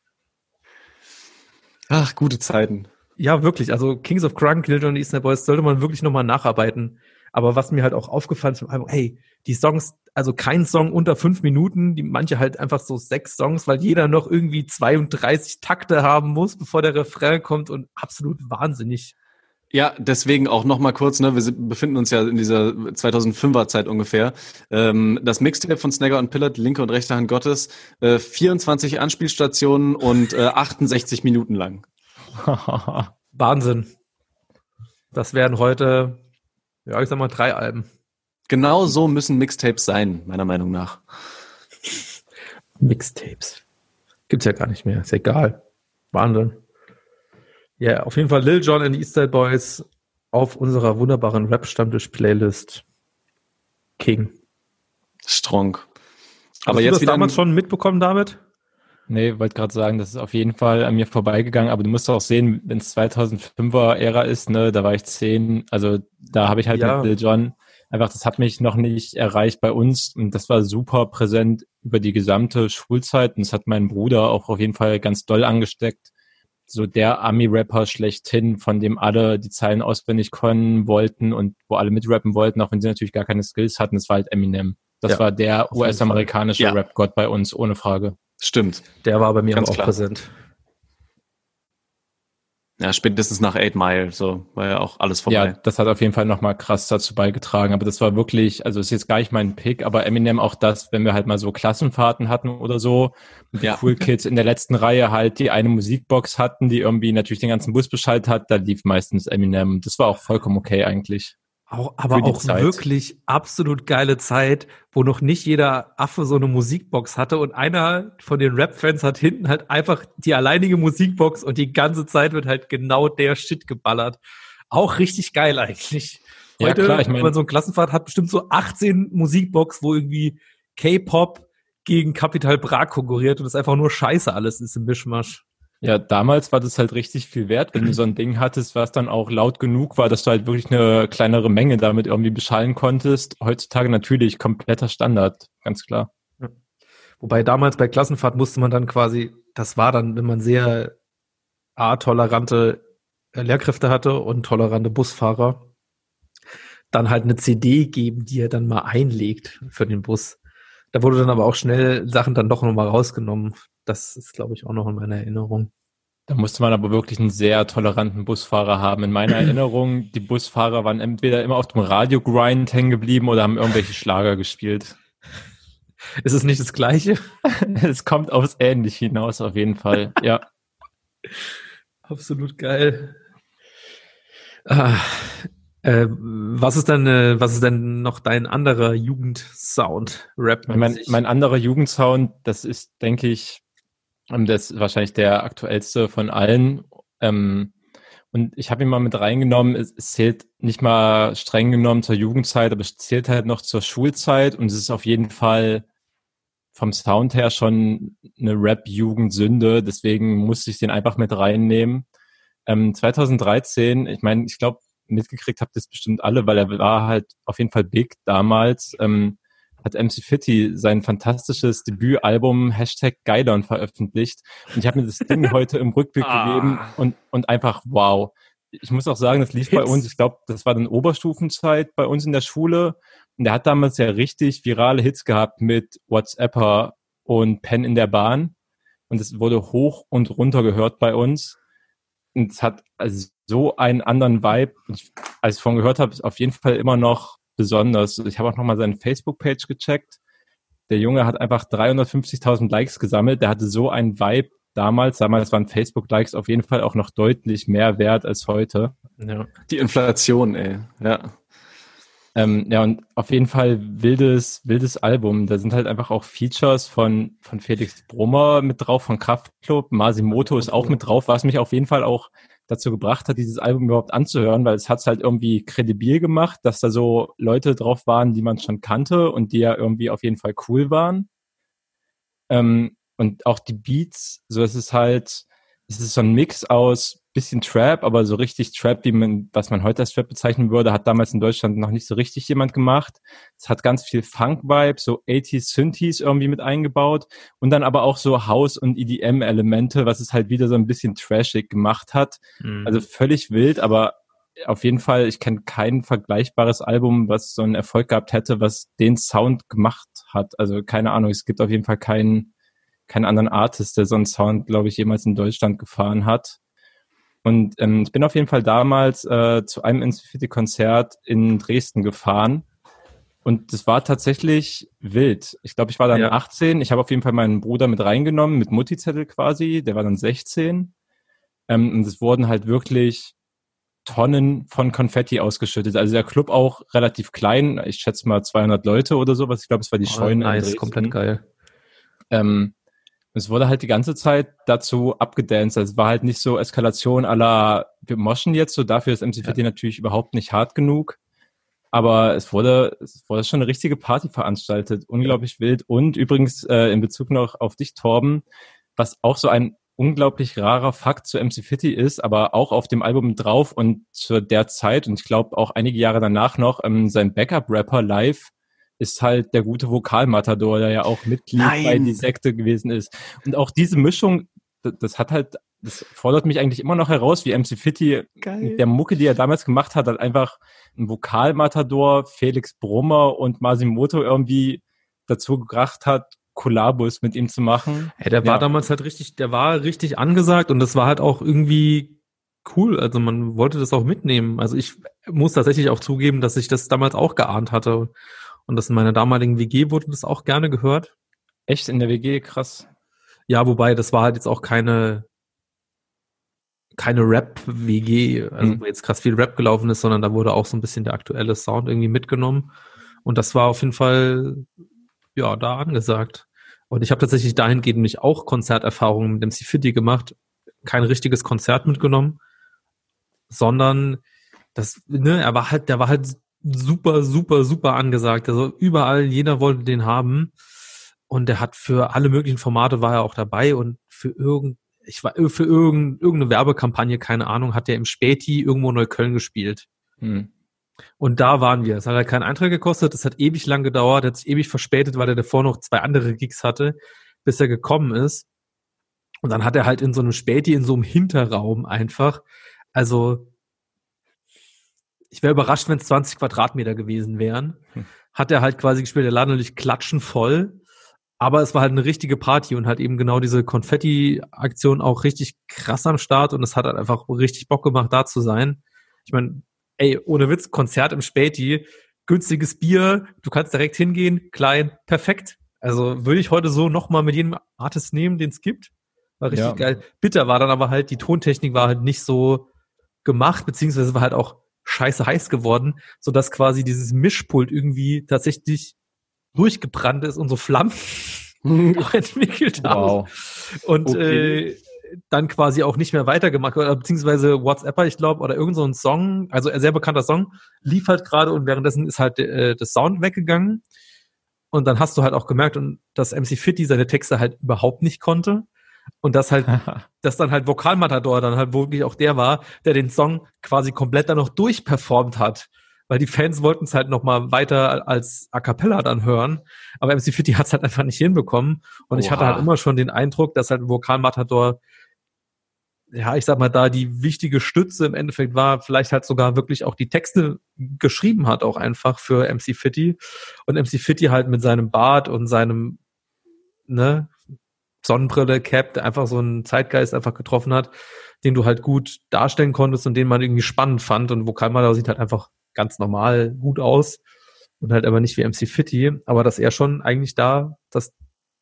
Ach, gute Zeiten. Ja, wirklich. Also Kings of Crunk, Lil Jon and the East Side Boys sollte man wirklich nochmal nacharbeiten. Aber was mir halt auch aufgefallen ist, hey, die Songs, also kein Song unter fünf Minuten, die manche halt einfach so sechs Songs, weil jeder noch irgendwie zweiunddreißig Takte haben muss, bevor der Refrain kommt und absolut wahnsinnig. Ja, deswegen auch noch mal kurz, ne, wir sind, befinden uns ja in dieser zweitausendfünfer Zeit ungefähr. Ähm, das Mixtape von Snagger und Pillard, linke und rechte Hand Gottes, äh, vierundzwanzig Anspielstationen und äh, achtundsechzig Minuten lang. Wahnsinn. Das wären heute, ja, ich sag mal, drei Alben. Genau so müssen Mixtapes sein, meiner Meinung nach. Mixtapes. Gibt's ja gar nicht mehr, ist egal. Wahnsinn. Ja, auf jeden Fall Lil Jon and the East Side Boys auf unserer wunderbaren Rap-Stammtisch-Playlist. King. Strong. Aber Hast jetzt du das wieder damals schon mitbekommen, David? Nee, wollte gerade sagen, das ist auf jeden Fall an mir vorbeigegangen, aber du musst auch sehen, wenn es zweitausendfünfer Ära ist, ne, da war ich zehn, also da habe ich halt ja. mit Lil Jon einfach, das hat mich noch nicht erreicht bei uns und das war super präsent über die gesamte Schulzeit und das hat meinen Bruder auch auf jeden Fall ganz doll angesteckt. So der Ami-Rapper schlechthin, von dem alle die Zeilen auswendig können wollten und wo alle mitrappen wollten, auch wenn sie natürlich gar keine Skills hatten, das war halt Eminem. Das Ja, war der U S-amerikanische Ja. Rap-Gott bei uns, ohne Frage. Stimmt. Der war bei mir Ganz auch klar. präsent. Ja, spätestens nach Eight Mile, so war ja auch alles vorbei. Ja, das hat auf jeden Fall nochmal krass dazu beigetragen. Aber das war wirklich, also ist jetzt gar nicht mein Pick, aber Eminem auch das, wenn wir halt mal so Klassenfahrten hatten oder so, und die Ja. Cool Kids in der letzten Reihe halt die eine Musikbox hatten, die irgendwie natürlich den ganzen Bus Bescheid hat, da lief meistens Eminem. Das war auch vollkommen okay eigentlich. Auch, aber Für die auch Zeit. wirklich absolut geile Zeit, wo noch nicht jeder Affe so eine Musikbox hatte und einer von den Rap-Fans hat hinten halt einfach die alleinige Musikbox und die ganze Zeit wird halt genau der Shit geballert. Auch richtig geil eigentlich. Ja, Heute, klar, ich mein- wenn man so eine Klassenfahrt hat, bestimmt so achtzehn Musikbox, wo irgendwie K-Pop gegen Capital Bra konkurriert und es einfach nur Scheiße alles ist im Mischmasch. Ja, damals war das halt richtig viel wert, wenn du so ein Ding hattest, was dann auch laut genug war, dass du halt wirklich eine kleinere Menge damit irgendwie beschallen konntest. Heutzutage natürlich kompletter Standard, ganz klar. Wobei damals bei Klassenfahrt musste man dann quasi, das war dann, wenn man sehr A-tolerante äh, Lehrkräfte hatte und tolerante Busfahrer, dann halt eine C D geben, die er dann mal einlegt für den Bus. Da wurde dann aber auch schnell Sachen dann doch nochmal rausgenommen. Das ist, glaube ich, auch noch in meiner Erinnerung. Da musste man aber wirklich einen sehr toleranten Busfahrer haben. In meiner Erinnerung, die Busfahrer waren entweder immer auf dem Radio-Grind hängen geblieben oder haben irgendwelche Schlager gespielt. Ist es nicht das Gleiche? Es kommt aufs Ähnliche hinaus, auf jeden Fall, ja. Absolut geil. Ah, äh, was ist denn, äh, was ist denn noch dein anderer Jugendsound? Rap? Mein, mein anderer Jugendsound, das ist, denke ich, ähm, das ist wahrscheinlich der aktuellste von allen. Ähm, und ich habe ihn mal mit reingenommen. Es, es zählt nicht mal streng genommen zur Jugendzeit, aber es zählt halt noch zur Schulzeit. Und es ist auf jeden Fall vom Sound her schon eine Rap-Jugendsünde. Deswegen musste ich den einfach mit reinnehmen. Ähm, zwanzig dreizehn, ich meine, ich glaube, mitgekriegt habt ihr es bestimmt alle, weil er war halt auf jeden Fall big damals. Ähm, hat M C Fitti sein fantastisches Debütalbum Hashtag Geilon veröffentlicht. Und ich habe mir das Ding heute im Rückblick Ah. gegeben und, und einfach wow. Ich muss auch sagen, das lief bei Hits. uns, ich glaube, das war dann Oberstufenzeit bei uns in der Schule. Und der hat damals ja richtig virale Hits gehabt mit WhatsApper und Pen in der Bahn. Und es wurde hoch und runter gehört bei uns. Und es hat also so einen anderen Vibe. Und ich, als ich vorhin gehört habe, ist auf jeden Fall immer noch besonders. Ich habe auch nochmal seine Facebook-Page gecheckt. Der Junge hat einfach dreihundertfünfzigtausend Likes gesammelt. Der hatte so einen Vibe damals. Damals waren Facebook-Likes auf jeden Fall auch noch deutlich mehr wert als heute. Ja. Die Inflation, ey. Ja. Ähm, ja, und auf jeden Fall wildes, wildes Album. Da sind halt einfach auch Features von, von Felix Brummer mit drauf, von Kraftklub. Masimoto ist auch mit drauf, was mich auf jeden Fall auch dazu gebracht hat, dieses Album überhaupt anzuhören, weil es hat es halt irgendwie kredibil gemacht, dass da so Leute drauf waren, die man schon kannte und die ja irgendwie auf jeden Fall cool waren. Ähm, und auch die Beats, so es ist halt, es ist so ein Mix aus bisschen Trap, aber so richtig Trap, wie man, was man heute als Trap bezeichnen würde, hat damals in Deutschland noch nicht so richtig jemand gemacht. Es hat ganz viel Funk-Vibe, so achtziger Synthes irgendwie mit eingebaut und dann aber auch so House- und E D M-Elemente, was es halt wieder so ein bisschen trashig gemacht hat. Mhm. Also völlig wild, aber auf jeden Fall, ich kenne kein vergleichbares Album, was so einen Erfolg gehabt hätte, was den Sound gemacht hat. Also keine Ahnung, es gibt auf jeden Fall keinen, keinen anderen Artist, der so einen Sound, glaube ich, jemals in Deutschland gefahren hat. Und ähm, ich bin auf jeden Fall damals äh, zu einem M C Fitti-Konzert in Dresden gefahren und das war tatsächlich wild. Ich glaube, ich war dann Ja. achtzehn. Ich habe auf jeden Fall meinen Bruder mit reingenommen, mit Mutti-Zettel quasi. Der war dann sechzehn. Ähm, und es wurden halt wirklich Tonnen von Konfetti ausgeschüttet. Also der Club auch relativ klein. Ich schätze mal zweihundert Leute oder sowas. Ich glaube, es war die Oh, Scheune in nice, Dresden. komplett geil. Ähm, es wurde halt die ganze Zeit dazu abgedanced. Also es war halt nicht so Eskalation à la, wir moschen jetzt, so dafür ist M C Fitti natürlich überhaupt nicht hart genug. Aber es wurde, es wurde schon eine richtige Party veranstaltet. Unglaublich wild. Und übrigens, äh, in Bezug noch auf dich, Torben, was auch so ein unglaublich rarer Fakt zu M C Fitty ist, aber auch auf dem Album drauf und zu der Zeit und ich glaube auch einige Jahre danach noch, ähm, sein Backup-Rapper live ist halt der gute Vokalmatador, der ja auch Mitglied Nein. bei Die Sekte gewesen ist. Und auch diese Mischung, das, das hat halt, das fordert mich eigentlich immer noch heraus, wie M C Fitty mit der Mucke, die er damals gemacht hat, hat einfach ein Vokalmatador, Felix Brummer und Masimoto irgendwie dazu gebracht hat, Kollabos mit ihm zu machen. Ja, der war Ja. damals halt richtig, der war richtig angesagt und das war halt auch irgendwie cool. Also man wollte das auch mitnehmen. Also ich muss tatsächlich auch zugeben, dass ich das damals auch geahnt hatte. Und das in meiner damaligen W G wurde das auch gerne gehört. Echt in der W G, krass. Ja, wobei das war halt jetzt auch keine keine Rap-W G, also Mhm. wo jetzt krass viel Rap gelaufen ist, sondern da wurde auch so ein bisschen der aktuelle Sound irgendwie mitgenommen. Und das war auf jeden Fall ja da angesagt. Und ich habe tatsächlich dahingehend mich auch Konzerterfahrungen mit M C Fitty gemacht. Kein richtiges Konzert mitgenommen, sondern das, ne, er war halt, der war halt super, super, super angesagt. Also überall, jeder wollte den haben. Und der hat für alle möglichen Formate war er auch dabei und für irgend, ich war für irgend, irgendeine Werbekampagne, keine Ahnung, hat er im Späti irgendwo in Neukölln gespielt. Hm. Und da waren wir. Es hat halt keinen Eintritt gekostet, es hat ewig lang gedauert, hat sich ewig verspätet, weil er davor noch zwei andere Gigs hatte, bis er gekommen ist. Und dann hat er halt in so einem Späti, in so einem Hinterraum einfach, also ich wäre überrascht, wenn es zwanzig Quadratmeter gewesen wären, Hm. hat er halt quasi gespielt, der Laden natürlich klatschen voll, aber es war halt eine richtige Party und halt eben genau diese Konfetti-Aktion auch richtig krass am Start und es hat halt einfach richtig Bock gemacht, da zu sein. Ich meine, ey, ohne Witz, Konzert im Späti, günstiges Bier, du kannst direkt hingehen, klein, perfekt. Also würde ich heute so nochmal mit jedem Artist nehmen, den es gibt. War richtig Ja. geil. Bitter war dann aber halt, die Tontechnik war halt nicht so gemacht, beziehungsweise war halt auch scheiße heiß geworden, sodass quasi dieses Mischpult irgendwie tatsächlich durchgebrannt ist und so Flammen auch entwickelt haben. Wow. Und Okay. äh, dann quasi auch nicht mehr weitergemacht, oder beziehungsweise WhatsApper, ich glaube, oder irgend so ein Song, also ein sehr bekannter Song, lief halt gerade und währenddessen ist halt äh, das Sound weggegangen. Und dann hast du halt auch gemerkt, und dass M C Fitty seine Texte halt überhaupt nicht konnte. Und dass halt, dass dann halt Vokalmatador dann halt wirklich auch der war, der den Song quasi komplett dann noch durchperformt hat. Weil die Fans wollten es halt noch mal weiter als A Cappella dann hören. Aber M C Fitty hat es halt einfach nicht hinbekommen. Und ich hatte Oha. halt immer schon den Eindruck, dass halt Vokalmatador, ja, ich sag mal, da die wichtige Stütze im Endeffekt war, vielleicht halt sogar wirklich auch die Texte geschrieben hat, auch einfach für M C Fitty. Und M C Fitty halt mit seinem Bart und seinem, ne, Sonnenbrille, Cap, der einfach so einen Zeitgeist einfach getroffen hat, den du halt gut darstellen konntest und den man irgendwie spannend fand. Und Vokalmatador sieht halt einfach ganz normal gut aus und halt aber nicht wie M C Fitty. Aber dass er schon eigentlich da das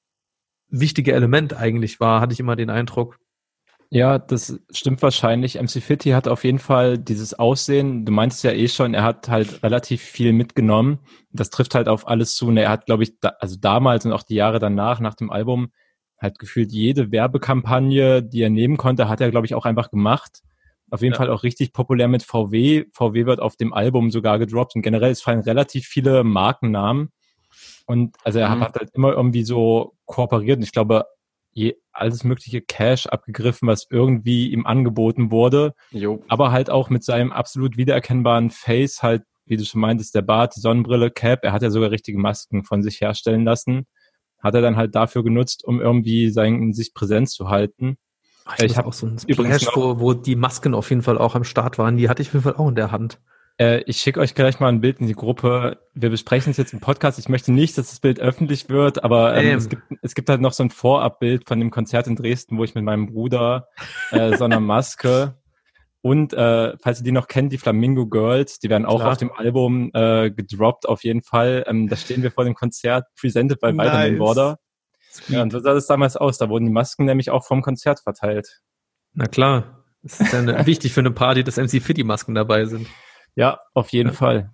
wichtige Element eigentlich war, hatte ich immer den Eindruck. Ja, das stimmt wahrscheinlich. M C Fitty hat auf jeden Fall dieses Aussehen. Du meinst ja eh schon, er hat halt relativ viel mitgenommen. Das trifft halt auf alles zu. Und er hat, glaube ich, da, also damals und auch die Jahre danach, nach dem Album, halt gefühlt jede Werbekampagne, die er nehmen konnte, hat er, glaube ich, auch einfach gemacht. Auf jeden Ja. Fall auch richtig populär mit V W. V W wird auf dem Album sogar gedroppt. Und generell, es fallen relativ viele Markennamen. Und also er Mhm. hat halt immer irgendwie so kooperiert. Und ich glaube, je, alles mögliche Cash abgegriffen, was irgendwie ihm angeboten wurde. Jo. Aber halt auch mit seinem absolut wiedererkennbaren Face, halt, wie du schon meintest, der Bart, die Sonnenbrille, Cap. Er hat ja sogar richtige Masken von sich herstellen lassen. Hat er dann halt dafür genutzt, um irgendwie sein, sich präsent zu halten. Ich, Ich ich hab habe auch so ein übrigens Splash, noch- wo, wo die Masken auf jeden Fall auch am Start waren. Die hatte ich auf jeden Fall auch in der Hand. Äh, ich schicke euch gleich mal ein Bild in die Gruppe. Wir besprechen es jetzt im Podcast. Ich möchte nicht, dass das Bild öffentlich wird, aber ähm, Ähm. es gibt es gibt halt noch so ein Vorabbild von dem Konzert in Dresden, wo ich mit meinem Bruder äh, so einer Maske und, äh, falls ihr die noch kennt, die Flamingo Girls, die werden auch Klar. auf dem Album äh, gedroppt auf jeden Fall. Ähm, da stehen wir vor dem Konzert, presented by Vitamin Nice. Water. Ja, und so sah das damals aus. Da wurden die Masken nämlich auch vom Konzert verteilt. Na klar. Es ist ja ne, wichtig für eine Party, dass M C Fitty Masken dabei sind. Ja, auf jeden Ja. Fall.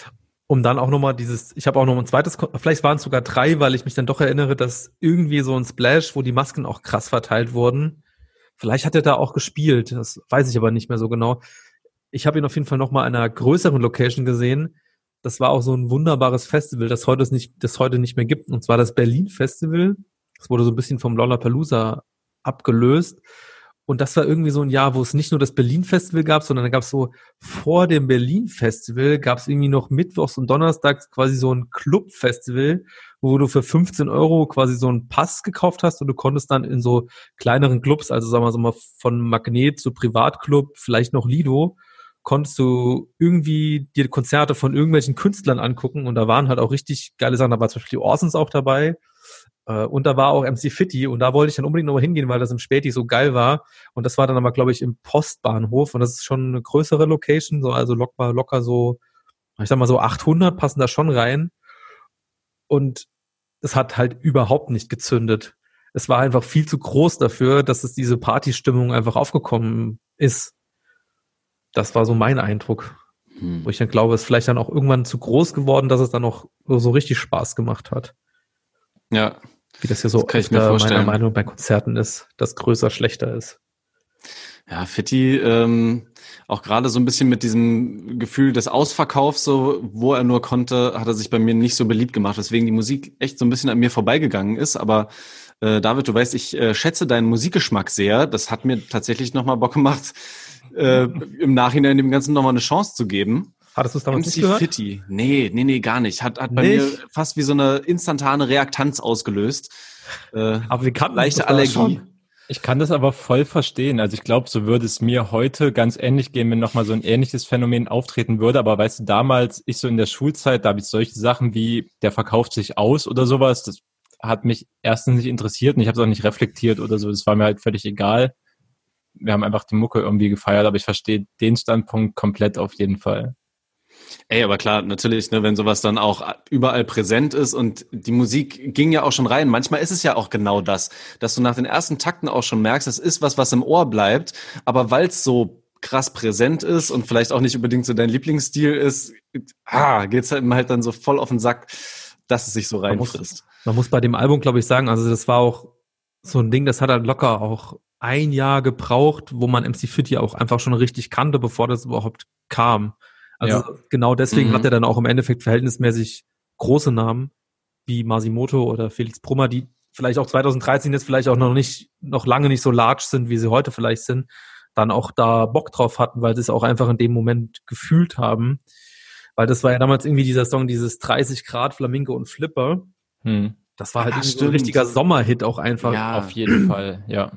Um dann auch nochmal dieses, ich habe auch noch ein zweites, Kon- vielleicht waren es sogar drei, weil ich mich dann doch erinnere, dass irgendwie so ein Splash, wo die Masken auch krass verteilt wurden. Vielleicht hat er da auch gespielt, das weiß ich aber nicht mehr so genau. Ich habe ihn auf jeden Fall nochmal an einer größeren Location gesehen. Das war auch so ein wunderbares Festival, das heute nicht, das heute nicht mehr gibt. Und zwar das Berlin Festival. Das wurde so ein bisschen vom Lollapalooza abgelöst. Und das war irgendwie so ein Jahr, wo es nicht nur das Berlin-Festival gab, sondern da gab es so vor dem Berlin-Festival gab es irgendwie noch mittwochs und donnerstags quasi so ein Club-Festival, wo du für fünfzehn Euro quasi so einen Pass gekauft hast und du konntest dann in so kleineren Clubs, also sagen wir so mal von Magnet zu Privatclub, vielleicht noch Lido, konntest du irgendwie dir Konzerte von irgendwelchen Künstlern angucken und da waren halt auch richtig geile Sachen. Da war zum Beispiel die Orsons auch dabei. Und da war auch M C Fitti und da wollte ich dann unbedingt nochmal hingehen, weil das im Späti so geil war. Und das war dann aber, glaube ich, im Postbahnhof und das ist schon eine größere Location, so also locker, locker so, ich sag mal so achthundert passen da schon rein. Und es hat halt überhaupt nicht gezündet. Es war einfach viel zu groß dafür, dass es diese Partystimmung einfach aufgekommen ist. Das war so mein Eindruck. Hm. Wo ich dann glaube, es ist vielleicht dann auch irgendwann zu groß geworden, dass es dann auch so richtig Spaß gemacht hat. Ja. Wie das ja so das meiner Meinung bei Konzerten ist, dass größer schlechter ist. Ja, Fitti, ähm, auch gerade so ein bisschen mit diesem Gefühl des Ausverkaufs, so wo er nur konnte, hat er sich bei mir nicht so beliebt gemacht, weswegen die Musik echt so ein bisschen an mir vorbeigegangen ist. Aber äh, David, du weißt, ich äh, schätze deinen Musikgeschmack sehr. Das hat mir tatsächlich nochmal Bock gemacht, äh, im Nachhinein dem Ganzen nochmal eine Chance zu geben. Hattest du es damals nicht M C gehört? Fitti. Nee, nee, nee, gar nicht. Hat, hat bei Nicht? mir fast wie so eine instantane Reaktanz ausgelöst. Äh, Aber wir kannten leichte das da Allergie. schon. Ich kann das aber voll verstehen. Also ich glaube, so würde es mir heute ganz ähnlich gehen, wenn nochmal so ein ähnliches Phänomen auftreten würde. Aber weißt du, damals, ich so in der Schulzeit, da habe ich solche Sachen wie, der verkauft sich aus oder sowas, das hat mich erstens nicht interessiert und ich habe es auch nicht reflektiert oder so. Das war mir halt völlig egal. Wir haben einfach die Mucke irgendwie gefeiert, aber ich verstehe den Standpunkt komplett auf jeden Fall. Ey, aber klar, natürlich, ne, wenn sowas dann auch überall präsent ist und die Musik ging ja auch schon rein. Manchmal ist es ja auch genau das, dass du nach den ersten Takten auch schon merkst, es ist was, was im Ohr bleibt, aber weil es so krass präsent ist und vielleicht auch nicht unbedingt so dein Lieblingsstil ist, ah, geht's halt halt dann so voll auf den Sack, dass es sich so Man muss, reinfrisst. man muss bei dem Album, glaube ich, sagen, also das war auch so ein Ding, das hat halt locker auch ein Jahr gebraucht, wo man M C Fitti auch einfach schon richtig kannte, bevor das überhaupt kam. Also Ja. genau deswegen Mhm. hat er dann auch im Endeffekt verhältnismäßig große Namen wie Masimoto oder Felix Brummer, die vielleicht auch zwanzig dreizehn jetzt vielleicht auch noch nicht, noch lange nicht so large sind, wie sie heute vielleicht sind, dann auch da Bock drauf hatten, weil sie es auch einfach in dem Moment gefühlt haben. Weil das war ja damals irgendwie dieser Song, dieses dreißig Grad Flamingo und Flipper. Hm. Das war halt Ah, irgendwie so ein stimmt. richtiger Sommerhit auch einfach. Ja. Auf jeden Fall, ja.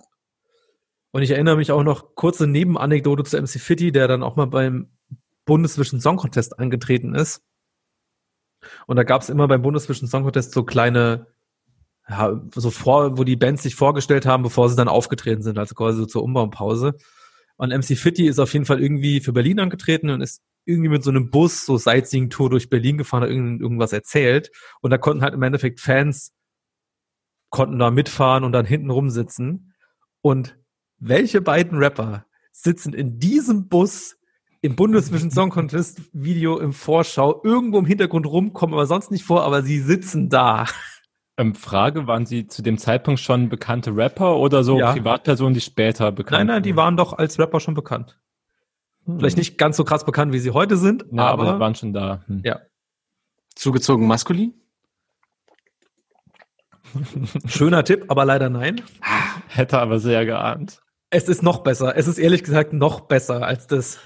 Und ich erinnere mich auch noch, kurze Nebenanekdote zu M C Fitti, der dann auch mal beim Bundesvision Song Contest angetreten ist. Und da gab es immer beim Bundesvision Song Contest so kleine, ja, so vor, wo die Bands sich vorgestellt haben, bevor sie dann aufgetreten sind, also quasi so zur Umbaupause. Und M C Fitti ist auf jeden Fall irgendwie für Berlin angetreten und ist irgendwie mit so einem Bus so Sightseeing-Tour durch Berlin gefahren, hat irgend, irgendwas erzählt. Und da konnten halt im Endeffekt Fans, konnten da mitfahren und dann hinten rumsitzen. Und welche beiden Rapper sitzen in diesem Bus im Bundesvision Song Contest Video im Vorschau irgendwo im Hintergrund rum, kommen aber sonst nicht vor, aber sie sitzen da. Ähm, Frage, waren Sie zu dem Zeitpunkt schon bekannte Rapper oder so Ja. Privatpersonen, die später bekannt Nein, nein, die waren doch als Rapper schon bekannt. Hm. Vielleicht nicht ganz so krass bekannt, wie sie heute sind, Ja, aber, aber, sie waren schon da. Hm. ja. Zugezogen maskulin? Schöner Tipp, aber leider nein. Hätte aber sehr geahnt. Es ist noch besser. Es ist ehrlich gesagt noch besser als das.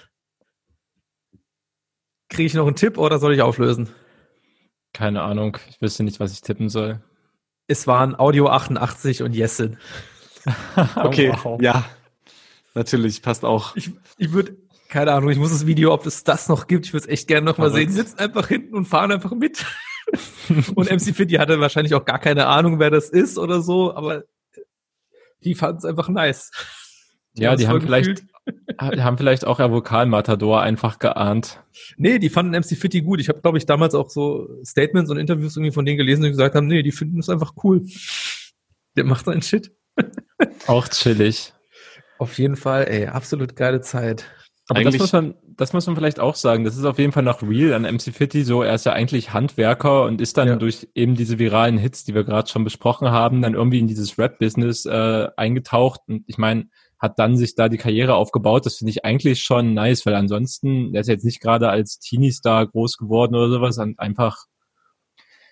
Kriege ich noch einen Tipp oder soll ich auflösen? Keine Ahnung, ich wüsste nicht, was ich tippen soll. Es waren Audio achtundachtzig und Yesin. Okay, Wow. ja. Natürlich, passt auch. Ich, ich würde, keine Ahnung, ich muss das Video, ob es das noch gibt, ich würde es echt gerne noch mal Verrückt. sehen. Die sitzen einfach hinten und fahren einfach mit. Und M C Fitti hatte wahrscheinlich auch gar keine Ahnung, wer das ist oder so, aber die fanden es einfach nice. Ja, die es haben voll vielleicht, gefühlt. die haben vielleicht auch ja Vokalmatador einfach geahnt. Nee, die fanden M C Fitti gut. Ich habe, glaube ich, damals auch so Statements und Interviews irgendwie von denen gelesen, die gesagt haben, nee, die finden es einfach cool. Der macht seinen Shit. Auch chillig. Auf jeden Fall, ey, absolut geile Zeit. Aber das Eigentlich- muss man, das muss man vielleicht auch sagen. Das ist auf jeden Fall noch real an M C Fitti so. Er ist ja eigentlich Handwerker und ist dann Ja. durch eben diese viralen Hits, die wir gerade schon besprochen haben, dann irgendwie in dieses Rap-Business äh, eingetaucht. Und ich meine, hat dann sich da die Karriere aufgebaut. Das finde ich eigentlich schon nice, weil ansonsten, der ist jetzt nicht gerade als Teenie-Star groß geworden oder sowas, und einfach,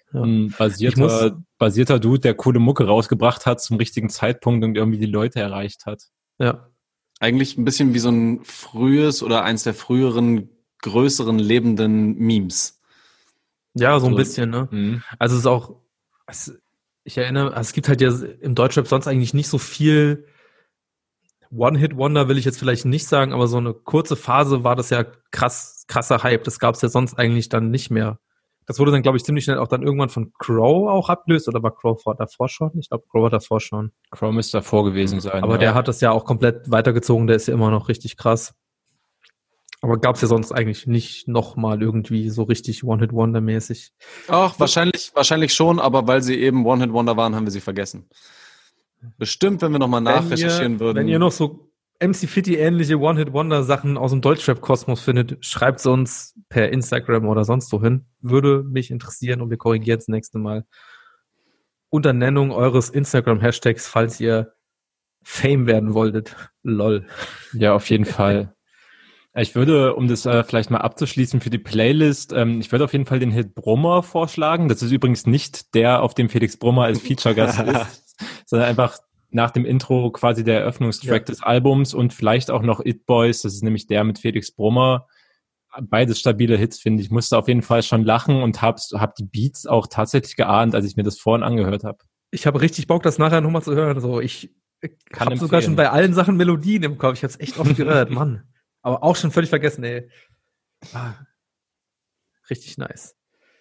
Ja. Ein basierter, muss, basierter Dude, der coole Mucke rausgebracht hat zum richtigen Zeitpunkt und irgendwie die Leute erreicht hat. Ja. Eigentlich ein bisschen wie so ein frühes oder eins der früheren, größeren, lebenden Memes. Ja, so ein So. bisschen, ne? Mhm. Also es ist auch, es, ich erinnere, also es gibt halt ja im Deutschrap sonst eigentlich nicht so viel One-Hit-Wonder, will ich jetzt vielleicht nicht sagen, aber so eine kurze Phase war das ja krass, krasser Hype. Das gab es ja sonst eigentlich dann nicht mehr. Das wurde dann, glaube ich, ziemlich schnell auch dann irgendwann von Crow auch abgelöst, oder war Crow vor, davor schon? Ich glaube, Crow war davor schon. Crow müsste davor gewesen sein. Aber ja. der hat das ja auch komplett weitergezogen, der ist ja immer noch richtig krass. Aber gab es ja sonst eigentlich nicht nochmal irgendwie so richtig One-Hit-Wonder-mäßig. Ach, wahrscheinlich, wahrscheinlich schon, aber weil sie eben One-Hit-Wonder waren, haben wir sie vergessen. Bestimmt, wenn wir nochmal nachrecherchieren wenn ihr, würden. Wenn ihr noch so M C Fitty-ähnliche One-Hit-Wonder-Sachen aus dem Deutschrap-Kosmos findet, schreibt es uns per Instagram oder sonst wohin. Würde mich interessieren und wir korrigieren das nächste Mal. Unter Nennung eures Instagram-Hashtags, falls ihr Fame werden wolltet. Lol. Ja, auf jeden Fall. Ich würde, um das äh, vielleicht mal abzuschließen für die Playlist, ähm, ich würde auf jeden Fall den Hit Brummer vorschlagen. Das ist übrigens nicht der, auf dem Felix Brummer als Feature-Gast ist, sondern einfach nach dem Intro quasi der Eröffnungstrack Ja. des Albums und vielleicht auch noch It Boys, das ist nämlich der mit Felix Brummer. Beides stabile Hits, finde ich. Musste auf jeden Fall schon lachen und hab, hab die Beats auch tatsächlich geahnt, als ich mir das vorhin angehört habe. Ich habe richtig Bock, das nachher nochmal zu hören. So, ich Kann habe sogar empfehlen. schon bei allen Sachen Melodien im Kopf. Ich habe es echt oft gehört, Mann. Aber auch schon völlig vergessen, ey. Ah, richtig nice.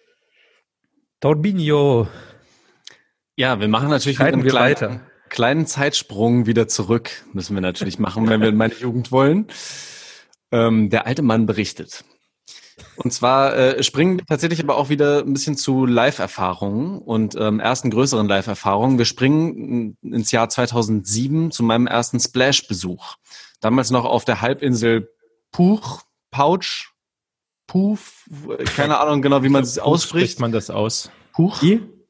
Torbinho. Ja, wir machen natürlich Schreiten einen wir kleinen, weiter. kleinen Zeitsprung wieder zurück. Müssen wir natürlich machen, wenn wir in meine Jugend wollen. Ähm, der alte Mann berichtet. Und zwar äh, springen wir tatsächlich aber auch wieder ein bisschen zu Live-Erfahrungen und ähm, ersten größeren Live-Erfahrungen. Wir springen ins Jahr zweitausendsieben zu meinem ersten Splash-Besuch. Damals noch auf der Halbinsel Puch, Pouch, Puf, keine Ahnung genau, wie man es Puch ausspricht. Spricht man das aus? Puch?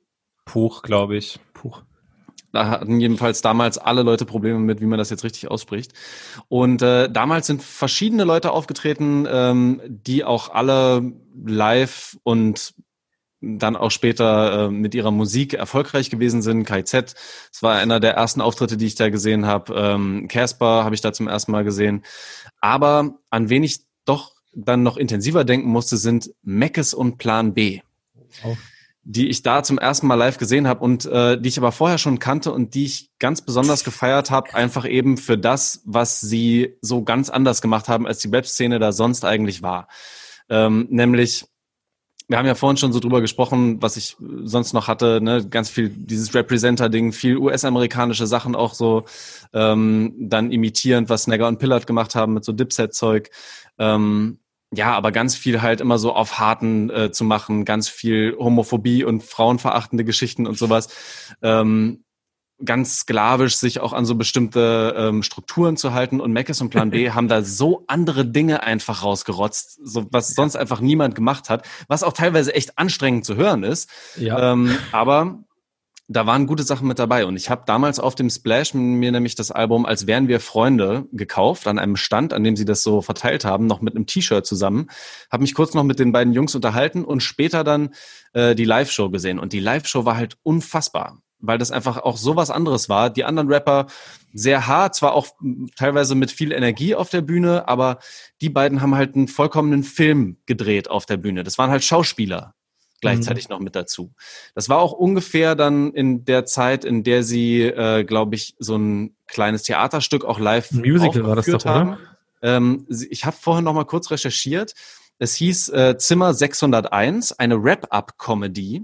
Puch, glaube ich. Puch. Da hatten jedenfalls damals alle Leute Probleme mit, wie man das jetzt richtig ausspricht. Und äh, damals sind verschiedene Leute aufgetreten, ähm, die auch alle live und dann auch später äh, mit ihrer Musik erfolgreich gewesen sind. K Z, das war einer der ersten Auftritte, die ich da gesehen habe. Ähm, Casper habe ich da zum ersten Mal gesehen. Aber an wen ich doch dann noch intensiver denken musste, sind Meckes und Plan B. Oh. Die ich da zum ersten Mal live gesehen habe und äh, die ich aber vorher schon kannte und die ich ganz besonders gefeiert habe, einfach eben für das, was sie so ganz anders gemacht haben, als die Rap-Szene da sonst eigentlich war. Ähm, nämlich, wir haben ja vorhin schon so drüber gesprochen, was ich sonst noch hatte, ne, ganz viel dieses Representer-Ding, viel U S-amerikanische Sachen auch so ähm, dann imitierend, was Snagger und Pillard gemacht haben mit so Dipset-Zeug. Ähm, Ja, aber ganz viel halt immer so auf Harten äh, zu machen, ganz viel Homophobie und frauenverachtende Geschichten und sowas. Ähm, ganz sklavisch sich auch an so bestimmte ähm, Strukturen zu halten. Und Meckes und Plan B haben da so andere Dinge einfach rausgerotzt, so was sonst einfach niemand gemacht hat, was auch teilweise echt anstrengend zu hören ist. Ja. Ähm, aber da waren gute Sachen mit dabei. Und ich habe damals auf dem Splash mir nämlich das Album Als wären wir Freunde gekauft, an einem Stand, an dem sie das so verteilt haben, noch mit einem T-Shirt zusammen. Habe mich kurz noch mit den beiden Jungs unterhalten und später dann äh, die Live-Show gesehen. Und die Live-Show war halt unfassbar, weil das einfach auch so was anderes war. Die anderen Rapper sehr hart, zwar auch teilweise mit viel Energie auf der Bühne, aber die beiden haben halt einen vollkommenen Film gedreht auf der Bühne. Das waren halt Schauspieler. Gleichzeitig mhm. noch mit dazu. Das war auch ungefähr dann in der Zeit, in der sie, äh, glaube ich, so ein kleines Theaterstück auch live Ein Musical war das doch, haben. oder? Ähm, ich habe vorhin noch mal kurz recherchiert. Es hieß äh, Zimmer sechshunderteins, eine Wrap-Up-Comedy.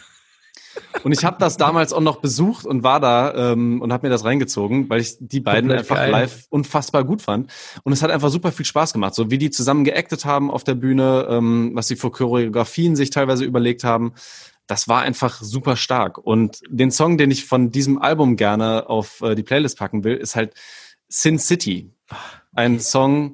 Und ich habe das damals auch noch besucht und war da ähm, und habe mir das reingezogen, weil ich die beiden Komplett einfach geil. live unfassbar gut fand. Und es hat einfach super viel Spaß gemacht. So wie die zusammen geactet haben auf der Bühne, ähm, was sie für Choreografien sich teilweise überlegt haben. Das war einfach super stark. Und den Song, den ich von diesem Album gerne auf äh, die Playlist packen will, ist halt Sin City. Ein Song,